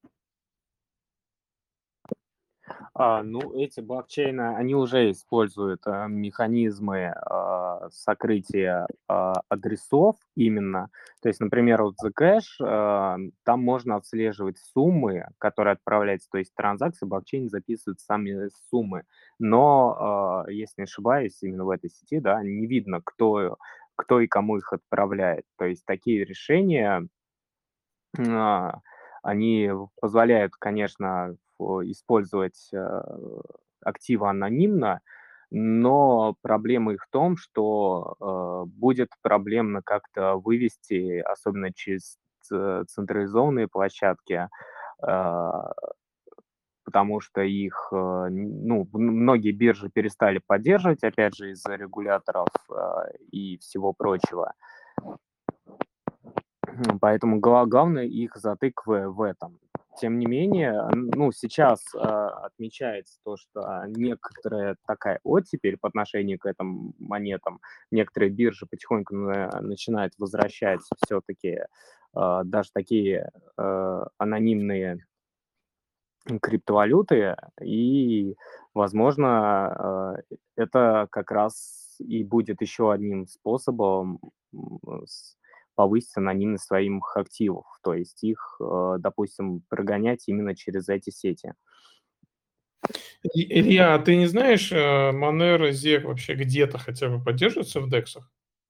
А, ну, эти блокчейны, они уже используют а, механизмы а, сокрытия а, адресов именно. То есть, например, вот Zcash, а, там можно отслеживать суммы, которые отправляются, то есть транзакции, блокчейн записывает сами суммы. Но, а, если не ошибаюсь, именно в этой сети, да, не видно, кто, кто и кому их отправляет. То есть такие решения а, они позволяют, конечно, фо использовать, э, активы анонимно, но проблема их в том, что, э, будет проблемно как-то вывести, особенно через ц централизованные площадки, а, потому что их, э, н ну, м многие биржи перестали поддерживать, опять же, из-за регуляторов, а, и всего прочего. Мгм. Поэтому гла главное их затык в в этом. Тем не менее, н ну, сейчас, а, отмечается то, что, а, некоторая такая оттепель по отношению к этим монетам. Некоторые биржи потихоньку на начинают возвращать все таки даже такие, э, анонимные криптовалюты. И, возможно, э, это как раз и будет еще одним способом, м, с повысить анонимность своих активов. То есть их, э, допустим, прогонять именно через эти сети.
И Илья, а ты не знаешь, э, Monero, зек вообще где-то хотя бы поддерживаются в дексах?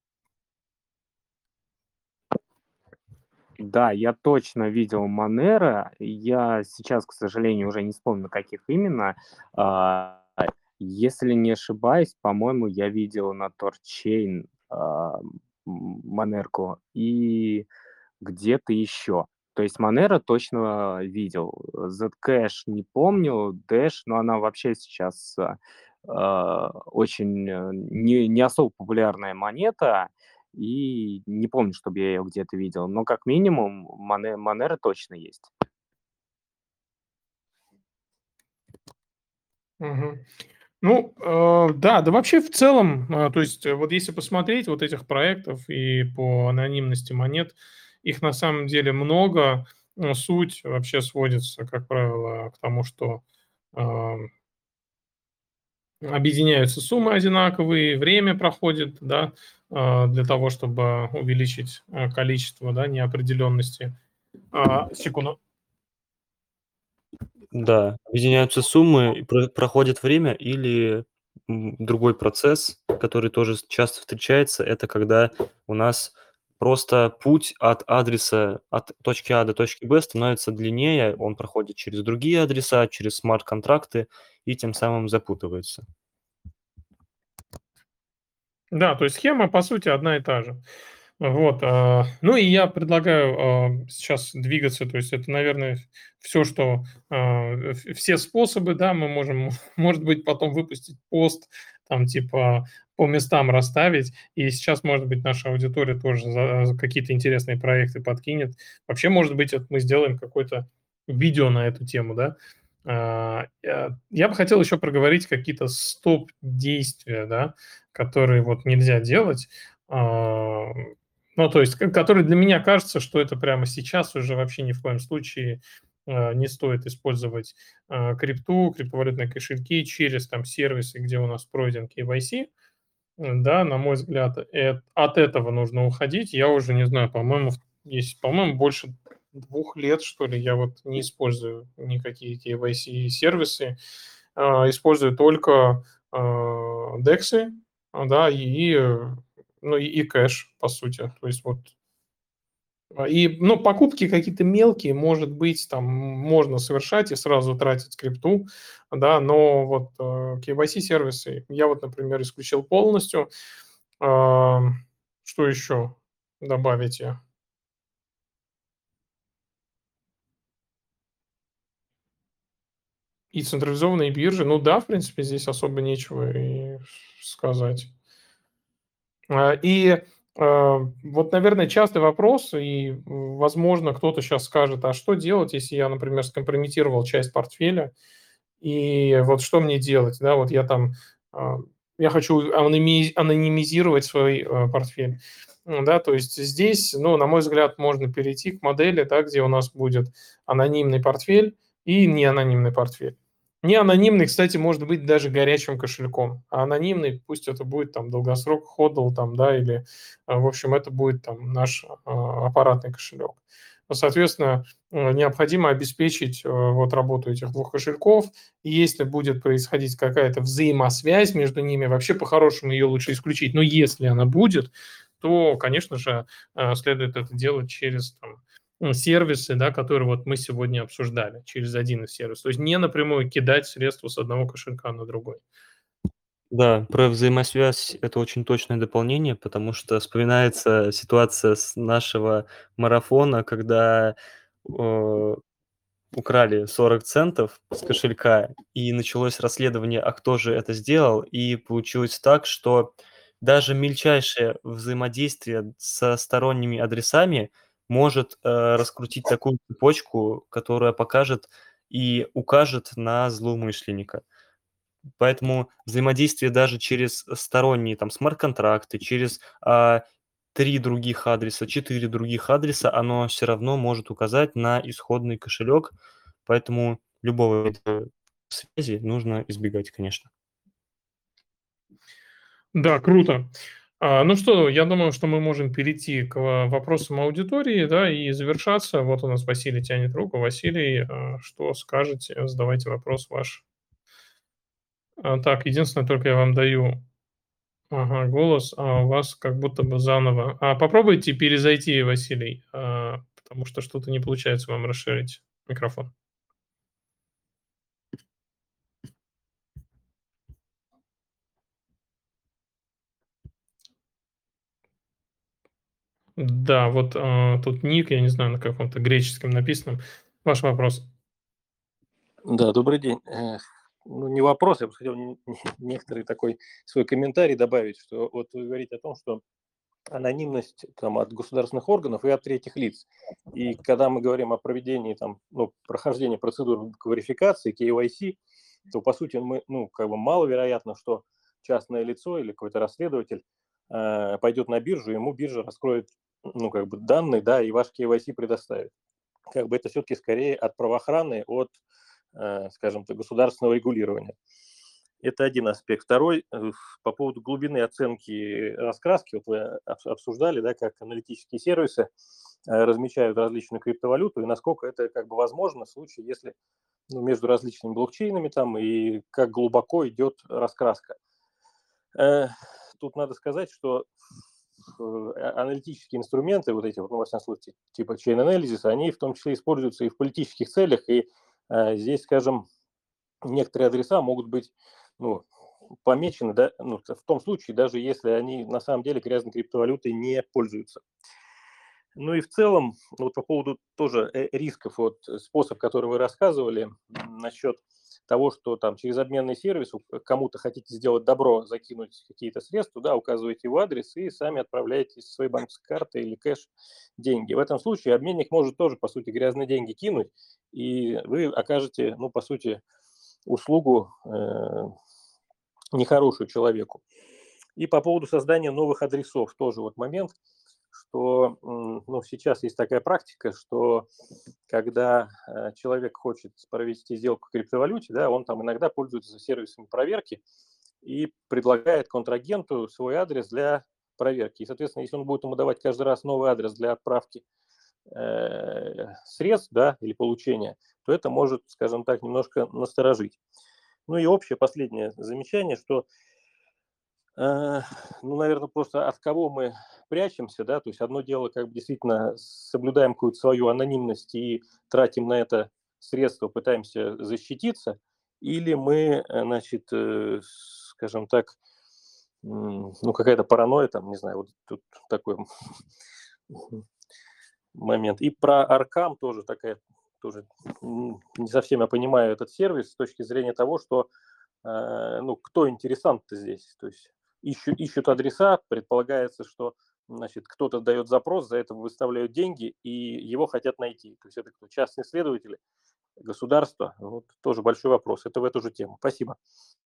Да, я точно видел Monero. Я сейчас, к сожалению, уже не вспомню, каких именно. А, если не ошибаюсь, по-моему, я видел на Торчейн, а, м, Монерку и где-то еще. То есть Monero точно видел. Zcash не помню, Dash, но она вообще сейчас, а, а, очень, э, не не особо популярная монета, и не помню, чтобы я ее где-то видел, но как минимум Моне Monero точно есть.
Мгм. Ну, э, да, да вообще в целом, э, то есть э, вот если посмотреть вот этих проектов и по анонимности монет, их на самом деле много. Но суть вообще сводится, как правило, к тому, что ам, объединяются суммы одинаковые, время проходит, да, а, для того, чтобы увеличить а, количество, да, неопределенности. А, секунду.
Да, объединяются суммы, и про проходит время или, м, другой процесс, который тоже с часто встречается, это когда у нас просто путь от адреса, от точки А до точки Б становится длиннее, он проходит через другие адреса, через смарт-контракты и тем самым запутывается.
Да, то есть схема, по сути, одна и та же. Вот, а, ну и я предлагаю, а, сейчас двигаться. То есть это, наверное, все, что, а, в все способы, да, мы можем, может быть, потом выпустить пост, там типа по местам расставить. И сейчас, может быть, наша аудитория тоже за за какие-то интересные проекты подкинет. Вообще, может быть, вот мы сделаем какое-то видео на эту тему, да. А, я я бы хотел еще проговорить какие-то стоп-действия, да, которые вот нельзя делать. А, ну, то есть, к который для меня кажется, что это прямо сейчас уже вообще ни в коем случае, а, не стоит использовать, а, крипту, криптовалютные кошельки через там сервисы, где у нас пройден кей вай си. М, да, на мой взгляд, эт от этого нужно уходить. Я уже не знаю, по-моему, в есть, по-моему, больше двух лет, что ли, я вот не использую никакие кей вай си-сервисы, а, использую только, а, дексы, а, да, и, э, ну, и и кэш, по сути. То есть вот, а, и, ну, покупки какие-то мелкие, может быть, там можно совершать и сразу тратить крипту, да, но вот, э, кей вай си-сервисы я вот, например, исключил полностью. Ам, что еще добавите? И централизованные биржи. Ну да, в принципе, здесь особо нечего и сказать. А, и, а, вот, наверное, частый вопрос, и, м, возможно, кто-то сейчас скажет: "А что делать, если я, например, скомпрометировал часть портфеля? И вот что мне делать?" Да, вот я там, а, я хочу аноми анонимизировать свой, э, портфель. М, да, то есть здесь, ну, на мой взгляд, можно перейти к модели, да, где у нас будет анонимный портфель и неанонимный портфель. Неанонимный, кстати, может быть даже горячим кошельком, а анонимный пусть это будет там долгосрок ходл там, да, или, а, в общем, это будет там наш, а, аппаратный кошелек. Ну, соответственно, э, необходимо обеспечить, э, вот работу этих двух кошельков. И если будет происходить какая-то взаимосвязь между ними, вообще по-хорошему ее лучше исключить. Но если она будет, то, конечно же, э, следует это делать через там, м, сервисы, да, которые вот мы сегодня обсуждали, через один из сервисов. То есть не напрямую кидать средства с одного кошелька на другой.
Да, про взаимосвязь- это очень точное дополнение, потому что вспоминается ситуация с нашего марафона, когда, э, украли сорок центов с кошелька, и началось расследование, а кто же это сделал. И получилось так, что даже мельчайшее взаимодействие со сторонними адресами может, э, раскрутить такую цепочку, которая покажет и укажет на злоумышленника. Поэтому взаимодействие даже через сторонние там смарт-контракты, через, а, три других адреса, четыре других адреса, оно все равно может указать на исходный кошелек. Поэтому любого вида связи нужно избегать, конечно.
Да, круто. А, ну что, я думаю, что мы можем перейти к э, вопросам аудитории, да, и завершаться. Вот у нас Василий тянет руку. Василий, э, что скажете? Задавайте вопрос ваш. А, так, единственное, только я вам даю, ага, голос, а у вас как будто бы заново. А попробуйте перезайти, Василий, а, потому что что-то не получается вам расширить микрофон. Да, вот, а, тут ник, я не знаю, на каком-то греческом написанном. Ваш вопрос.
Да, добрый день. Э, ну, не вопрос, я бы хотел не- не- некоторый такой свой комментарий добавить, что вот вы говорите о том, что анонимность там, от государственных органов и от третьих лиц. И когда мы говорим о проведении, там, ну, прохождении процедур верификации, кей вай си, то, по сути, мы, ну, как бы маловероятно, что частное лицо или какой-то расследователь э, пойдет на биржу, ему биржа раскроет, ну, как бы данные, да, и ваш кей вай си предоставит. Как бы это все-таки скорее от правоохраны, от, э, скажем так, государственного регулирования. Это один аспект. Второй, э, по поводу глубины оценки раскраски, вот вы обс- обсуждали, да, как аналитические сервисы э, размечают различную криптовалюту и насколько это как бы возможно в случае, если ну, между различными блокчейнами там и как глубоко идет раскраска. Э, Тут надо сказать, что э, а- аналитические инструменты, вот эти вот, ну, во всяком случае, типа chain analysis, они в том числе используются и в политических целях, и э, здесь, скажем, некоторые адреса могут быть, ну, помечены, да, ну, в том случае, даже если они на самом деле грязной криптовалютой не пользуются. Ну и в целом, вот по поводу тоже э, рисков, вот э, способ, который вы рассказывали м, насчет того, что там через обменный сервис у- кому-то хотите сделать добро, закинуть какие-то средства, да, указываете его адрес и сами отправляете со своей банковской карты или кэш деньги. В этом случае обменник может тоже, по сути, грязные деньги кинуть, и вы окажете, ну, по сути, услугу э, нехорошую человеку. И по поводу создания новых адресов тоже вот момент, что ну, сейчас есть такая практика, что когда э, человек хочет провести сделку в криптовалюте, да, он там иногда пользуется сервисами проверки и предлагает контрагенту свой адрес для проверки. И, соответственно, если он будет ему давать каждый раз новый адрес для отправки э, средств, да, или получения, то это может, скажем так, немножко насторожить. Ну и общее последнее замечание, что Э, ну, наверное, просто от кого мы прячемся, да, то есть одно дело, как бы действительно соблюдаем какую-то свою анонимность и тратим на это средства, пытаемся защититься, или мы, э, значит, э, скажем так, м, ну, какая-то паранойя, там, не знаю, вот тут такой момент. И про Аркам тоже такая, тоже м, не совсем я понимаю этот сервис с точки зрения того, что э, ну, кто интересант-то здесь? То есть ищут, ищут адреса, предполагается, что значит, кто-то дает запрос, за это выставляют деньги, и его хотят найти. То есть это кто? Частные следователи, государство? Вот тоже большой вопрос. Это в эту же тему. Спасибо.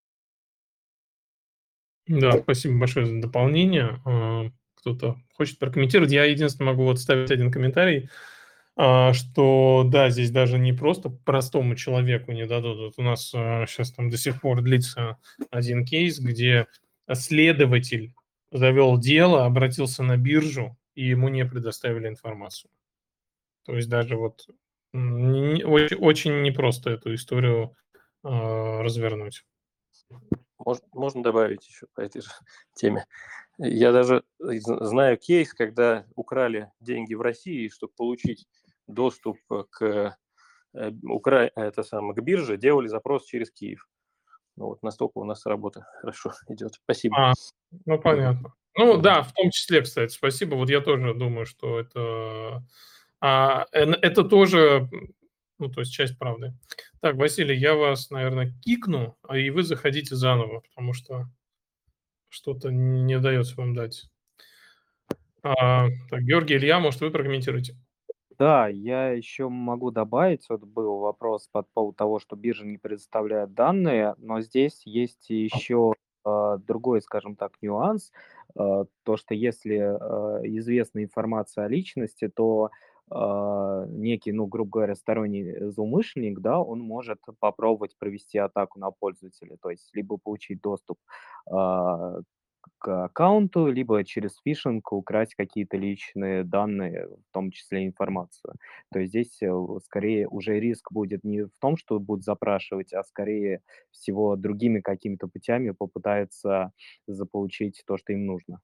Да, спасибо большое за дополнение. А, Кто-то хочет прокомментировать? Я единственное могу вот ставить один комментарий, а, что да, здесь даже не просто простому человеку не дадут. Вот у нас сейчас там до сих пор длится один кейс, где следователь завел дело, обратился на биржу, и ему не предоставили информацию. То есть даже вот м, не- очень, очень непросто эту историю а, развернуть.
Мож- Можно добавить еще по этой же теме. Я даже з- знаю кейс, когда украли деньги в России, чтобы получить доступ к, э, Укра... это самое, к бирже, делали запрос через Киев. Ну, вот настолько у нас работа хорошо идет. Спасибо.
А, ну
Мгм.
понятно. Ну
Мгм.
да, в том числе, кстати, спасибо. Вот я тоже думаю, что это, а, эн- это тоже, м, ну, то есть часть правды. Так, Василий, я вас, наверное, кикну, а и вы заходите заново, потому что что-то не удается вам дать. А, так, Георгий, Илья, может, вы прокомментируете?
Да, я еще могу добавить, вот был вопрос по поводу того, что биржа не предоставляет данные, но здесь есть еще а, другой, скажем так, нюанс, а, то, что если а, известна информация о личности, то а, некий, ну, грубо говоря, сторонний злоумышленник, да, он может попробовать провести атаку на пользователя, то есть либо получить доступ а, к аккаунту, либо через фишинг украсть какие-то личные данные, в том числе информацию. То есть здесь, э, у скорее уже риск будет не в том, что будут запрашивать, а скорее всего другими какими-то путями попытаются заполучить то, что им нужно.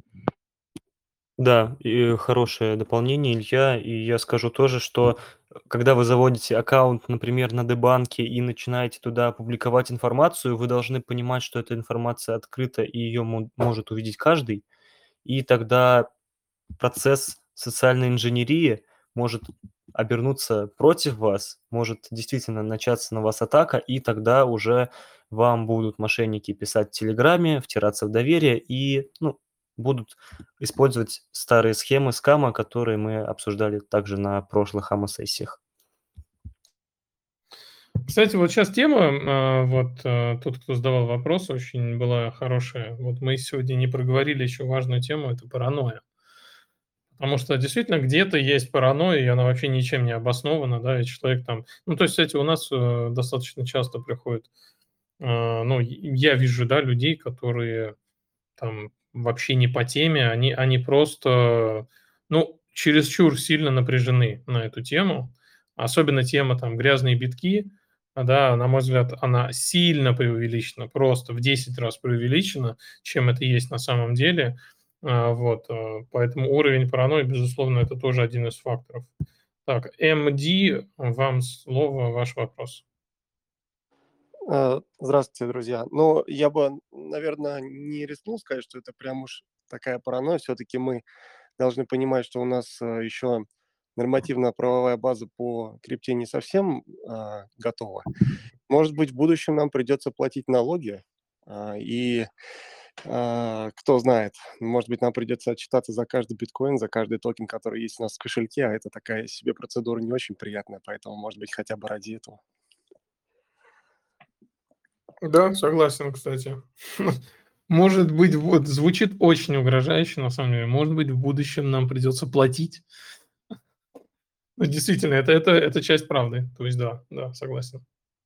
Да, и хорошее дополнение, Илья. И я скажу тоже, что э, когда вы заводите аккаунт, например, на Дебанке и начинаете туда публиковать информацию, вы должны понимать, что эта информация открыта и ее может увидеть каждый. И тогда процесс социальной инженерии может обернуться против вас, может действительно начаться на вас атака, и тогда уже вам будут мошенники писать в Телеграме, втираться в доверие и, ну, будут использовать старые схемы скама, которые мы обсуждали также на прошлых АМО-сессиях.
Кстати, вот сейчас тема, а, вот а, тот, кто задавал вопрос, очень была хорошая. Вот мы сегодня не проговорили еще важную тему, это паранойя. Потому что действительно где-то есть паранойя, и она вообще ничем не обоснована, да, и человек там... Ну, то есть, кстати, у нас э, достаточно часто приходит, а, ну, и- я вижу, да, людей, которые там вообще не по теме, они, они просто, ну, чересчур сильно напряжены на эту тему. Особенно тема там грязные битки, а, да, на мой взгляд, она сильно преувеличена, просто в десять раз преувеличена, чем это есть на самом деле. А, Вот, а, поэтому уровень паранойи, безусловно, это тоже один из факторов. Так, эм ди, вам слово, ваш вопрос.
А, Здравствуйте, друзья. Ну, я бы, наверное, не рискнул сказать, что это прям уж такая паранойя. Все-таки мы должны понимать, что у нас а, еще нормативно-правовая база по крипте не совсем а, готова. Может быть, в будущем нам придется платить налоги, а, и а, кто знает, может быть, нам придется отчитаться за каждый биткоин, за каждый токен, который есть у нас в кошельке, а это такая себе процедура не очень приятная, поэтому, может быть, хотя бы ради этого.
Да, согласен, кстати. Может быть, вот звучит очень угрожающе, на самом деле. Может быть, в будущем нам придется платить. Ну, действительно, это, это, это часть правды. То есть, да, да, согласен.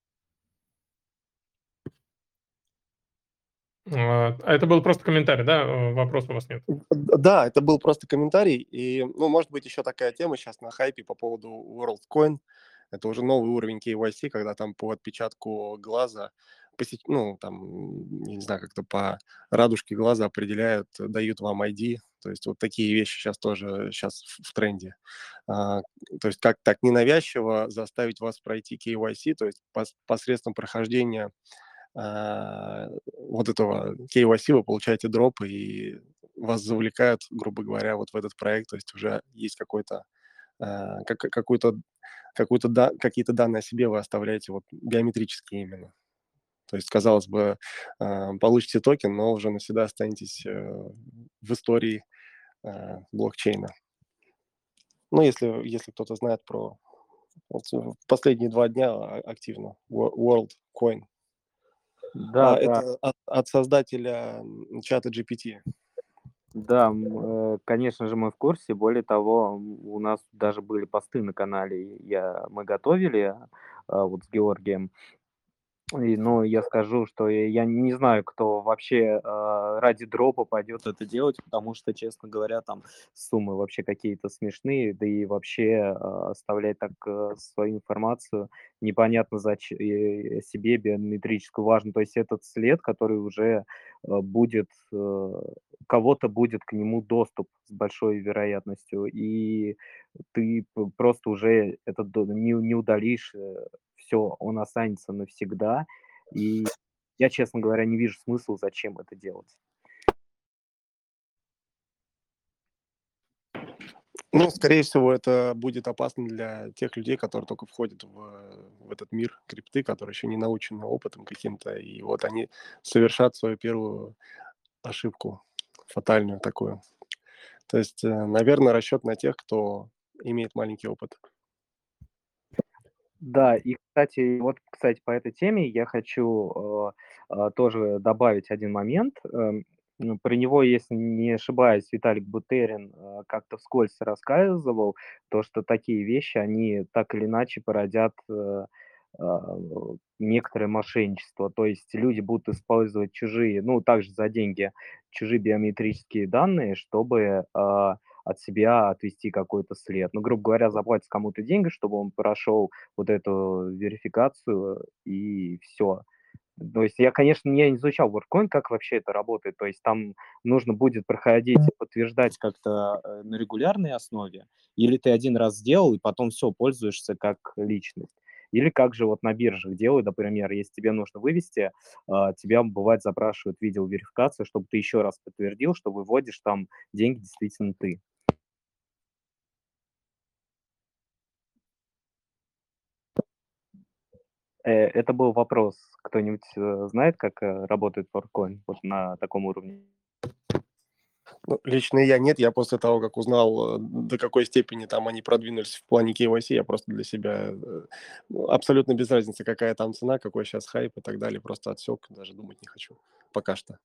А а это был просто комментарий, да? Э, Вопроса у вас нет.
Да, это был просто комментарий. И, ну, может быть, еще такая тема сейчас на хайпе по поводу WorldCoin. Это уже новый уровень кей вай си, когда там по отпечатку глаза, посеч- ну, там, я не знаю, как-то по радужке глаза определяют, дают вам ай ди. То есть вот такие вещи сейчас тоже сейчас в, в тренде. А, то есть как так ненавязчиво заставить вас пройти кей вай си, то есть пос- посредством прохождения а, вот этого кей вай си вы получаете дроп, и вас завлекают, грубо говоря, вот в этот проект, то есть уже есть какой-то, а, как, какой-то, какой-то да, какие-то данные о себе вы оставляете вот биометрические именно. То есть, казалось бы, а, получите токен, но уже навсегда останетесь э, в истории а, блокчейна. Ну, если, если кто-то знает про вот, в последние два дня а- активно WorldCoin.
Да,
А,
да,
это от, от создателя м, чата джи пи ти.
да, м, э, конечно же, мы в курсе. Более того, м, у нас даже были посты на канале, я, мы готовили а, вот с Георгием. И, ну, я скажу, что я я не знаю, кто вообще а, ради дропа пойдет это делать, потому что, честно говоря, там суммы вообще какие-то смешные, да и вообще а, оставлять так э, свою информацию непонятно зачем себе биометрическую важно. То есть этот след, который уже э, будет, э, кого-то будет к нему доступ с большой вероятностью, и ты п- просто уже этот до- не, не удалишь, все, он останется навсегда. И я, честно говоря, не вижу смысла, зачем это делать.
Ну, скорее всего, это будет опасно для тех людей, которые только входят в, в этот мир крипты, которые еще не научены опытом каким-то, и вот они совершат свою первую ошибку, фатальную такую. То есть, э, наверное, расчет на тех, кто имеет маленький опыт.
Да, и, кстати, вот, кстати, по этой теме я хочу э, э, тоже добавить один момент. Эм, ну, Про него, если не ошибаюсь, Виталик Бутерин э, как-то вскользь рассказывал, то, что такие вещи, они так или иначе породят э, а, некоторое мошенничество. То есть люди будут использовать чужие, ну, также за деньги, чужие биометрические данные, чтобы а, от себя отвести какой-то след. Ну, грубо говоря, заплатить кому-то деньги, чтобы он прошел вот эту верификацию, и все. То есть я, конечно, не изучал WorldCoin, как вообще это работает. То есть там нужно будет проходить, подтверждать как-то э, на регулярной основе, или ты один раз сделал, и потом все, пользуешься как личность. Или как же вот на биржах делают, например, если тебе нужно вывести, а, тебя, бывает, запрашивают видеоверификацию, чтобы ты еще раз подтвердил, что выводишь там деньги действительно ты. Э, Это был вопрос. Кто-нибудь э, знает, как э, работает WorldCoin вот на таком уровне?
Ну, лично я нет. Я после того, как узнал, э, до какой степени там они продвинулись в плане кей вай си, я просто для себя, э, ну, абсолютно без разницы, какая там цена, какой сейчас хайп и так далее. Просто отсек, даже думать не хочу пока что.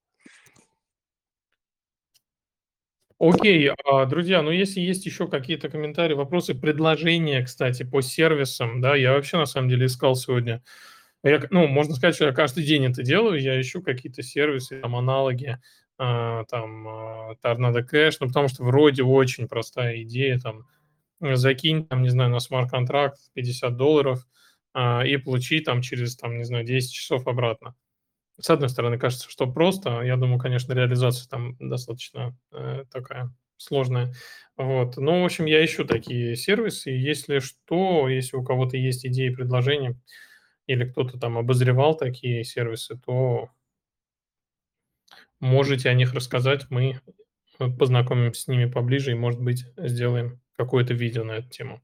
Окей, а, друзья, ну если есть еще какие-то комментарии, вопросы, предложения, кстати, по сервисам, да, я вообще на самом деле искал сегодня. Я, к- ну, можно сказать, что я каждый день это делаю, я ищу какие-то сервисы, там, аналоги, а, там, а, Tornado Cash, ну, потому что вроде очень простая идея, там, э, закинь, там, не знаю, на смарт-контракт пятьдесят долларов а, и получи там через, там, не знаю, десять часов обратно. С одной стороны, кажется, что просто. Я думаю, конечно, реализация там достаточно э, такая сложная. Вот. Ну, в общем, я ищу такие сервисы. И если что, если у кого-то есть идеи, предложения, или кто-то там обозревал такие сервисы, то можете о них рассказать. Мы э, познакомимся с ними поближе и, может быть, сделаем какое-то видео на эту тему.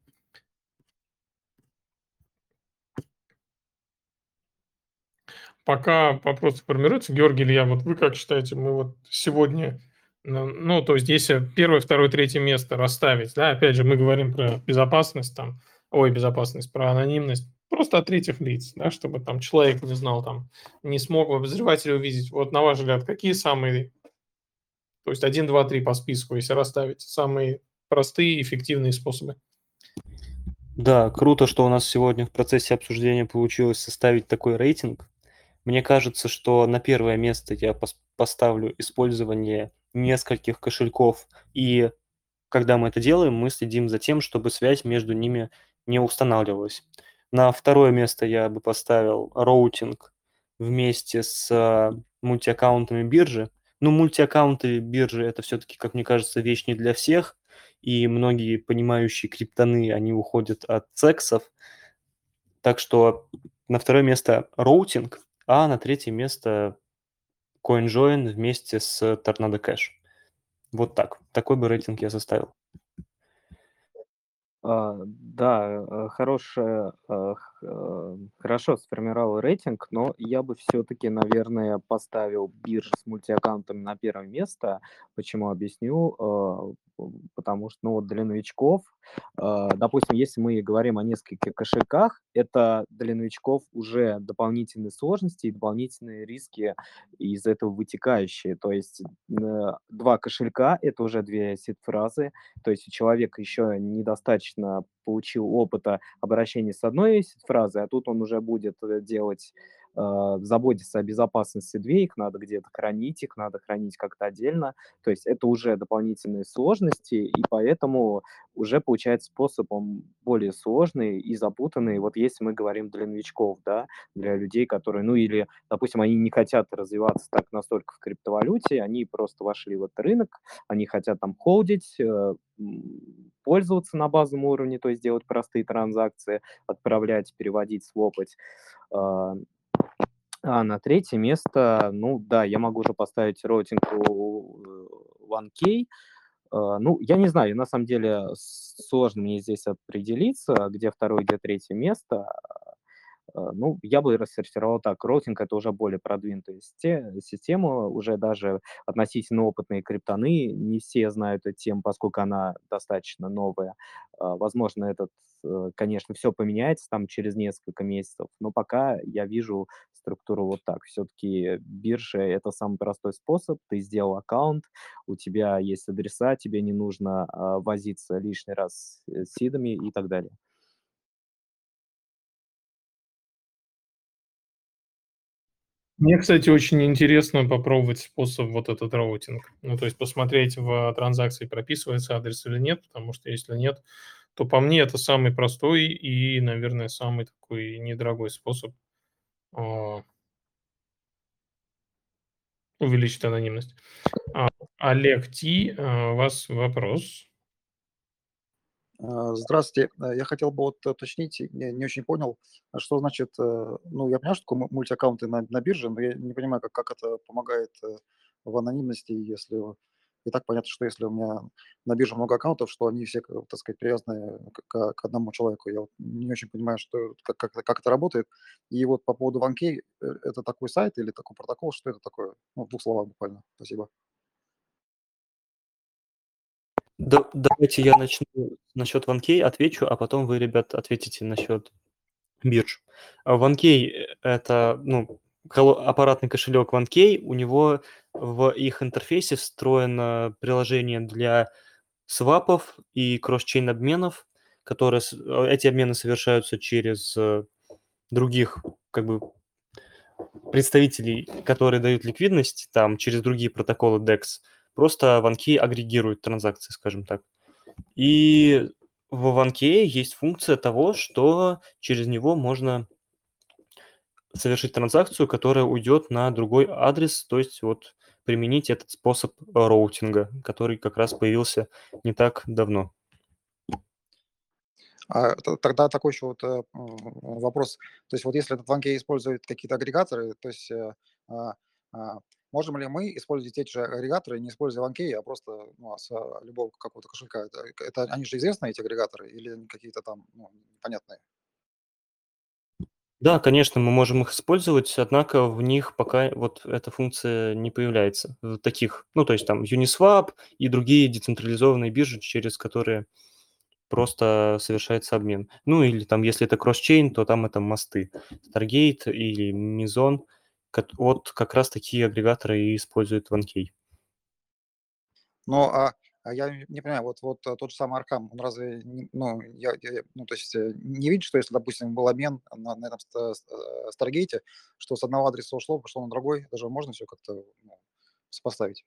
Пока вопрос формируется, Георгий, Илья, вот вы как считаете, мы вот сегодня, ну, ну, то есть если первое, второе, третье место расставить, да, опять же, мы говорим про безопасность там, ой, безопасность, про анонимность, просто от третьих лиц, да, чтобы там человек не знал, там, не смог обозревателя увидеть. Вот на ваш взгляд, какие самые, то есть один, два, три по списку, если расставить, самые простые, эффективные способы?
Да, круто, что у нас сегодня в процессе обсуждения получилось составить такой рейтинг. Мне кажется, что на первое место я пос- поставлю использование нескольких кошельков, и когда мы это делаем, мы следим за тем, чтобы связь между ними не устанавливалась. На второе место я бы поставил роутинг вместе с а, мультиаккаунтами биржи. Ну, мультиаккаунты биржи – это все-таки, как мне кажется, вещь не для всех, и многие понимающие криптоны, они уходят от сексов. Так что на второе место роутинг, а на третье место CoinJoin вместе с Tornado Cash. Вот так. Такой бы рейтинг я составил.
А, да, э, хорошая, э, х э, хорошо сформировал рейтинг, но я бы все таки наверное, поставил биржи с мультиаккаунтами на первое место. Почему? Объясню. А, м, потому что, ну, вот для новичков, а, допустим, если мы говорим о нескольких кошельках, это для новичков уже дополнительные сложности и дополнительные риски из этого вытекающие. То есть, э, два кошелька — это уже две сид-фразы, то есть у человека еще недостаточно получил опыта обращения с одной фразой, а тут он уже будет э, делать, э, заботиться о безопасности две, их надо где-то хранить, их надо хранить как-то отдельно. То есть это уже дополнительные сложности, и поэтому уже получается способ, он более сложный и запутанный. Вот если мы говорим для новичков, да, для людей, которые, ну или, допустим, они не хотят развиваться так настолько в криптовалюте, они просто вошли в этот рынок, они хотят там холдить, э, м, пользоваться на базовом уровне, то есть делать простые транзакции, отправлять, переводить, свопать. А, а на третье место, ну да, я могу уже поставить роутинг у э, один кей. А, ну, я не знаю, на самом деле с- сложно мне здесь определиться, где второе, где третье место. Э, ну, я бы рассортировал так. Роутинг — это уже более продвинутая сте система, уже даже относительно опытные криптоны не все знают эту тему, поскольку она достаточно новая. А, возможно, этот, э, конечно, все поменяется там через несколько месяцев, но пока я вижу структуру вот так. Все таки биржа — это самый простой способ. Ты сделал аккаунт, у тебя есть адреса, тебе не нужно, а, возиться лишний раз, э, с сидами и так далее.
Мне, кстати, очень интересно попробовать способ вот этот роутинг. Ну, то есть посмотреть в транзакции, прописывается адрес или нет, потому что если нет, то по мне это самый простой и, наверное, самый такой недорогой способ а, увеличить анонимность. А, Олег Ти, а, у вас вопрос.
А, Здравствуйте. Э, Я хотел бы вот уточнить, не, не очень понял, а что значит, э, ну, я понимаю, что такое му- мультиаккаунты на, на бирже, но я не понимаю, как, как это помогает э, в анонимности, если у- и так понятно, что если у меня на бирже много аккаунтов, что они все, как- так сказать, привязаны к, к- к одному человеку. Я вот не очень понимаю, что, как, как, это как это работает. И вот по поводу один кей, э, это такой сайт или такой протокол, что это такое? Ну, в двух словах буквально. Спасибо.
Да, давайте я начну насчет OneKey, отвечу, а потом вы, ребят, ответите насчет бирж. А OneKey э, это, ну, коло- аппаратный кошелек OneKey, у него в их интерфейсе встроено приложение для свапов и кросс-чейн обменов, которые с- э, эти обмены совершаются через э, других, как бы, представителей, которые дают ликвидность, там, через другие протоколы декс. Просто OneKey агрегирует транзакции, скажем так. И в OneKey есть функция того, что через него можно совершить транзакцию, которая уйдет на другой адрес, то есть вот применить этот способ э, роутинга, который как раз появился не так давно.
А т- тогда такой еще вот э, м, вопрос. То есть вот если этот OneKey использует какие-то агрегаторы, то есть э, а, а, можем ли мы использовать эти же агрегаторы, не используя OneKey, а просто ну, с а, любого какого-то кошелька? Это, это они же известны, эти агрегаторы, или они какие-то там ну, непонятные?
Да, конечно, мы можем их использовать, однако в них пока вот эта функция не появляется. В таких, ну, то есть там Uniswap и другие децентрализованные биржи, через которые просто совершается обмен. Ну, или там, если это кросс-чейн, то там это мосты. Stargate или Mizon, кот- вот как раз такие агрегаторы и используют OneKey.
Но а, а я не не понимаю, вот, вот а, тот же самый Аркам, он разве, не- ну, я, я- ну, то есть э, не видит, что если, допустим, был обмен на, на этом ста- ста- э, Старгейте, что с одного адреса ушло, пошло на другой, даже можно все как-то ну, сопоставить?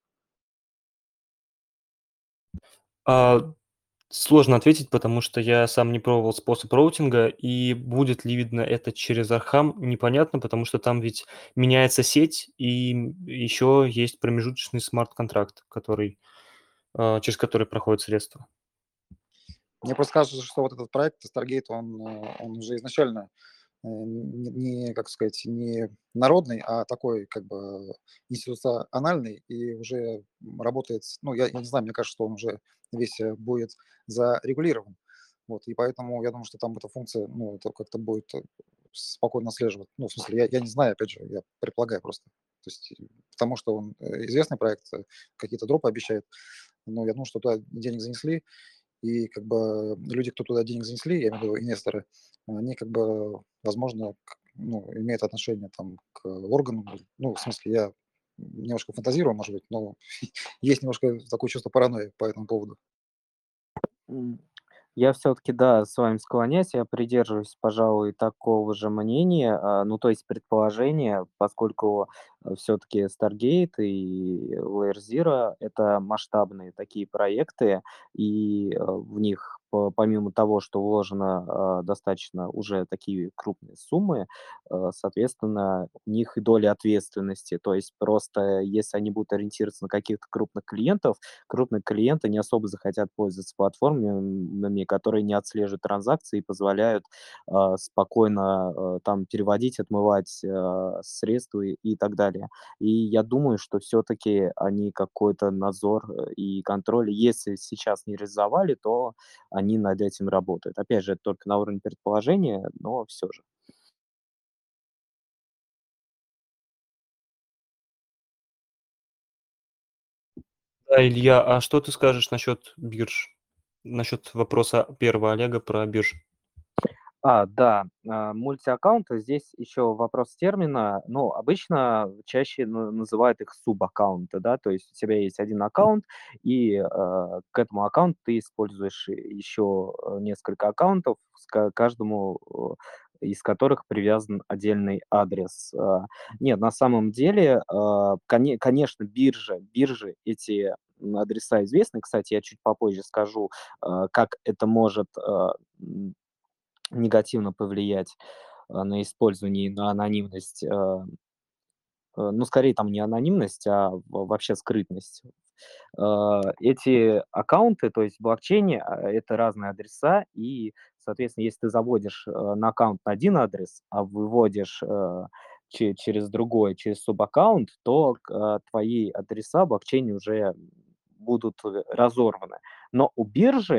А, Сложно ответить, потому что я сам не пробовал способ роутинга, и будет ли видно это через Архам, непонятно, потому что там ведь меняется сеть, и еще есть промежуточный смарт-контракт, который, а, через который проходят средства.
Мне просто кажется, что вот этот проект Stargate, он, э, он уже изначально э, не, не, как сказать, не народный, а такой как бы институциональный и уже работает, с- ну, я, я не знаю, мне кажется, что он уже весь э, будет зарегулирован. Вот, и поэтому я думаю, что там эта функция, ну, это как-то будет э, спокойно отслеживать. Ну, в смысле, я, я не знаю, опять же, я предполагаю просто. То есть, э, потому что он э, известный проект, э, какие-то дропы обещает, но я думаю, что туда денег занесли, и как бы люди, кто туда денег занесли, я имею в виду инвесторы, они как бы, возможно, к- ну, имеют отношение там к органам. Ну, в смысле, я немножко фантазирую, может быть, но есть немножко такое чувство паранойи по этому поводу.
М, Я все-таки, да, с вами склоняюсь, я придерживаюсь, пожалуй, такого же мнения, а, ну, то есть предположения, поскольку все-таки Stargate и Layer Zero — это масштабные такие проекты, и э, в них по- помимо того, что вложено а, достаточно уже такие крупные суммы, э, соответственно, у них и доля ответственности. То есть просто если они будут ориентироваться на каких-то крупных клиентов, крупные клиенты не особо захотят пользоваться платформами, которые не отслеживают транзакции и позволяют а, спокойно а, там переводить, отмывать а, средства и, и так далее. И я думаю, что все-таки они какой-то надзор э, и контроль, если сейчас не реализовали, то они над этим работают. Опять же, это только на уровне предположения, но все же.
Да, Илья, а что ты скажешь насчет бирж? Насчет вопроса первого Олега про биржи?
А, да, а, мультиаккаунты. Здесь еще вопрос термина. Ну, обычно чаще на- называют их субаккаунты, да, то есть у тебя есть один аккаунт, и э, к этому аккаунту ты используешь еще э, несколько аккаунтов, с ка- каждому э, из которых привязан отдельный адрес. А, Нет, на самом деле, а, коне- конечно, биржа, биржи, эти м, адреса известны. Кстати, я чуть попозже скажу, а, как это может а, негативно повлиять, а, на использование и на анонимность, а, э, ну, скорее там не анонимность, а в вообще скрытность. А, эти аккаунты, то есть в блокчейне, а, это разные адреса, и, соответственно, если ты заводишь, э, на аккаунт на один адрес, а выводишь, э, че через другой, через субаккаунт, то к а, твои адреса в блокчейне уже будут, э, разорваны. Но у биржи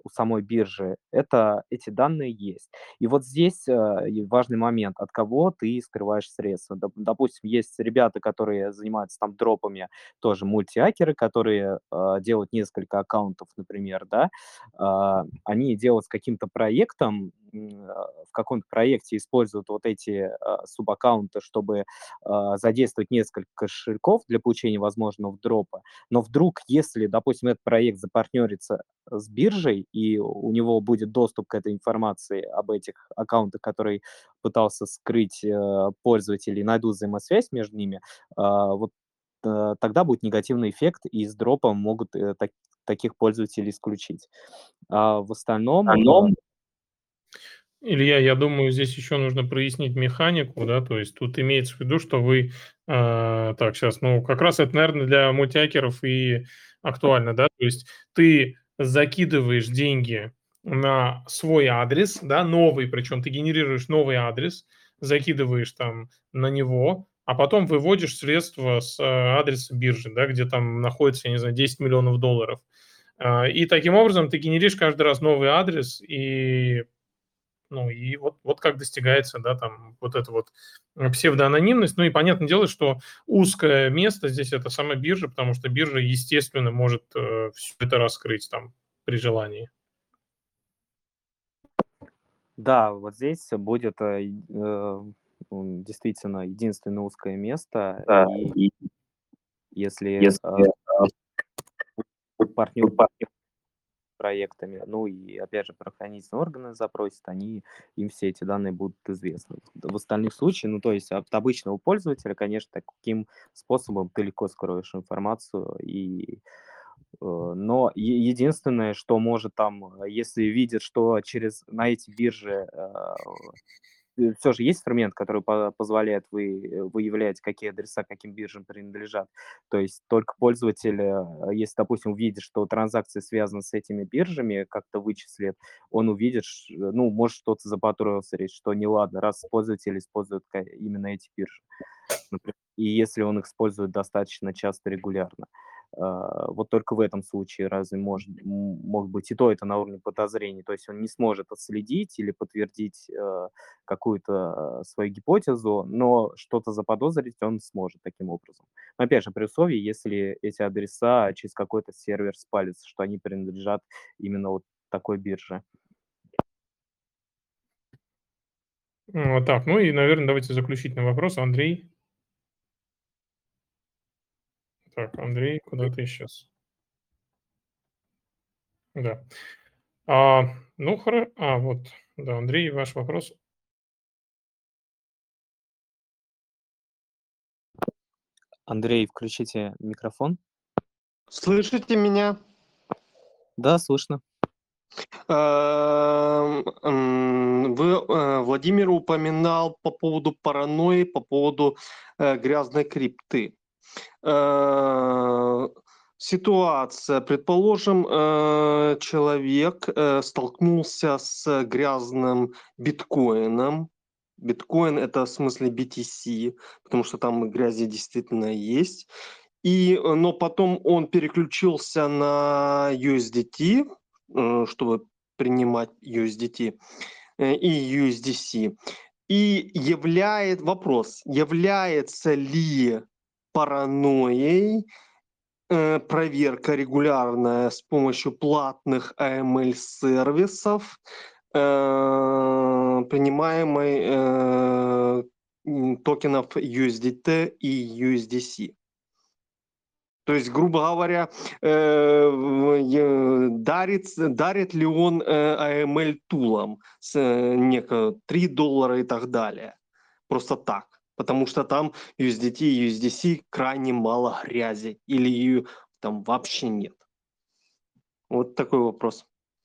у самой биржи, это эти данные есть. И вот здесь э, и важный момент, от кого ты скрываешь средства. Доп- Допустим, есть ребята, которые занимаются там дропами, тоже мультиакеры, которые э, делают несколько аккаунтов, например, да, а, они делают с каким-то проектом, м, а, в каком-то проекте используют вот эти а, субаккаунты, чтобы а, задействовать несколько кошельков для получения возможного дропа. Но вдруг, если, допустим, этот проект запартнерится с биржей, и у него будет доступ к этой информации об этих аккаунтах, который пытался скрыть э, пользователь, и найдут взаимосвязь между ними, а, вот э, тогда будет негативный эффект, и с дропом могут э, так- таких пользователей исключить. А в остальном, э,
Илья, я думаю, здесь еще нужно прояснить механику, да, то есть тут имеется в виду, что вы, а, так, сейчас, ну, как раз это, наверное, для мультиакеров и актуально, да, то есть ты закидываешь деньги на свой адрес, да, новый, причем ты генерируешь новый адрес, закидываешь там на него, а потом выводишь средства с а, адреса биржи, да, где там находится, я не знаю, десять миллионов долларов. А, И таким образом ты генеришь каждый раз новый адрес, и ну и вот, вот как достигается, да, там вот эта вот э, псевдоанонимность. Ну и понятное дело, что узкое место здесь это сама биржа, потому что биржа, естественно, может э, все это раскрыть там при желании.
да, вот здесь будет э, и, э, м, действительно единственное узкое место,
Да,
и
и
если
если
э, партнер проектами, ну и опять же правоохранительные органы запросят, они, им все эти данные будут известны. В остальных случаях, ну то есть от обычного пользователя, конечно, таким способом ты легко скроешь информацию, и, э, но е- единственное, что может там, э, если видит, что через на эти биржи все же есть инструмент, который по позволяет вы э, выявлять, какие адреса каким биржам принадлежат. То есть только пользователь, э, если, допустим, увидит, что транзакции связаны с этими биржами, как-то вычислит, он увидит, ш ну, может, что-то запатрулился, речь, что неладно, раз пользователь использует ка именно эти биржи, например. И если он их использует достаточно часто, регулярно. А, вот только в этом случае разве может м может быть и то это на уровне подозрений. То есть он не сможет отследить или подтвердить, э, какую-то, э, свою гипотезу, но что-то заподозрить он сможет таким образом. Но опять же, при условии, если эти адреса через какой-то сервер спалятся, что они принадлежат именно вот такой бирже.
М, Вот так, ну и, наверное, давайте заключительный вопрос. Андрей. Так, Андрей, куда ты исчез? Да. А, ну, хоро... А, вот, да, Андрей, ваш вопрос.
Андрей, включите микрофон.
Слышите меня?
Да, слышно.
Эм, м, Вы, э, Владимир упоминал по поводу паранойи, по поводу э, грязной крипты. Э, Ситуация, предположим, э, человек э, столкнулся с грязным биткоином. Биткоин это в смысле би ти си, потому что там грязи действительно есть. И, э, но потом он переключился на ю эс ди ти, э, чтобы принимать ю эс ди ти э, и ю эс ди си. И являет вопрос, является ли паранойей э, проверка регулярная с помощью платных эй эм эль-сервисов, э, принимаемой э, м, токенов ю эс ди ти и ю эс ди си. То есть, грубо говоря, э, в- е- дарит, дарит ли он э, эй эм эль-тулом с э, неко три доллара и так далее. Просто так. Потому что там ю эс ди ти и ю эс ди си крайне мало грязи. Или ее там вообще нет. Вот такой вопрос.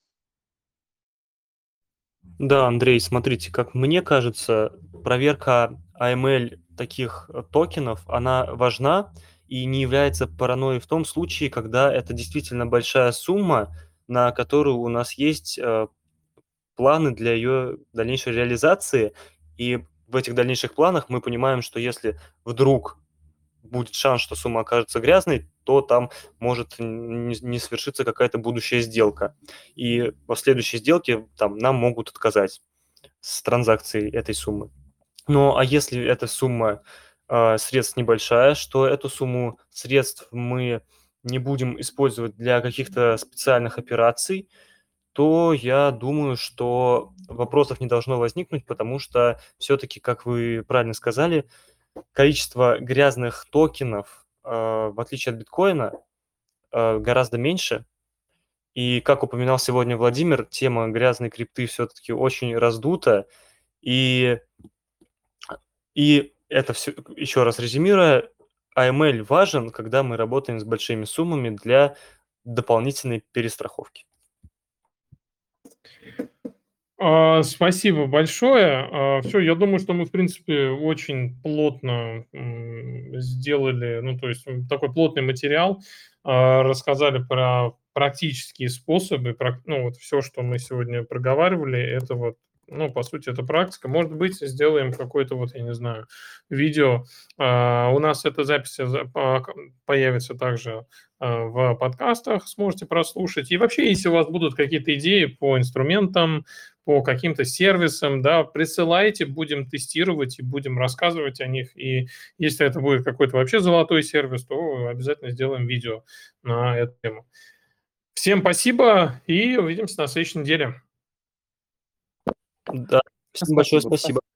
Да, Андрей, смотрите, как мне кажется, проверка эй эм эль таких э, токенов, она важна и не является паранойей в том случае, когда это действительно большая сумма, на которую у нас есть э, планы для ее дальнейшей реализации. И в этих дальнейших планах мы понимаем, что если вдруг будет шанс, что сумма окажется грязной, то там может не не свершиться какая-то будущая сделка. И по следующей сделке там нам могут отказать с транзакцией этой суммы. Ну, а если эта сумма, а, средств небольшая, что эту сумму средств мы не будем использовать для каких-то специальных операций, то я думаю, что вопросов не должно возникнуть, потому что все-таки, как вы правильно сказали, количество грязных токенов, а, в отличие от биткоина, а, гораздо меньше. И, как упоминал сегодня Владимир, тема грязной крипты все-таки очень раздута. И, и это все, еще раз резюмируя, эй эм эл важен, когда мы работаем с большими суммами для дополнительной перестраховки.
А, Спасибо большое. Все, я думаю, что мы, в принципе, очень плотно м, сделали, ну, то есть м, такой плотный материал, а, рассказали про практические способы, про, ну, вот все, что мы сегодня проговаривали, это вот, ну, по сути, это практика. Может быть, сделаем какое-то, вот, я не знаю, видео. А, У нас эта запись за- по- появится также а, в подкастах, сможете прослушать. И вообще, если у вас будут какие-то идеи по инструментам, по каким-то сервисам, да, присылайте, будем тестировать и будем рассказывать о них. И если это будет какой-то вообще золотой сервис, то обязательно сделаем видео на эту тему. Всем спасибо и увидимся на следующей неделе.
Да, всем большое
Спасибо.
спасибо.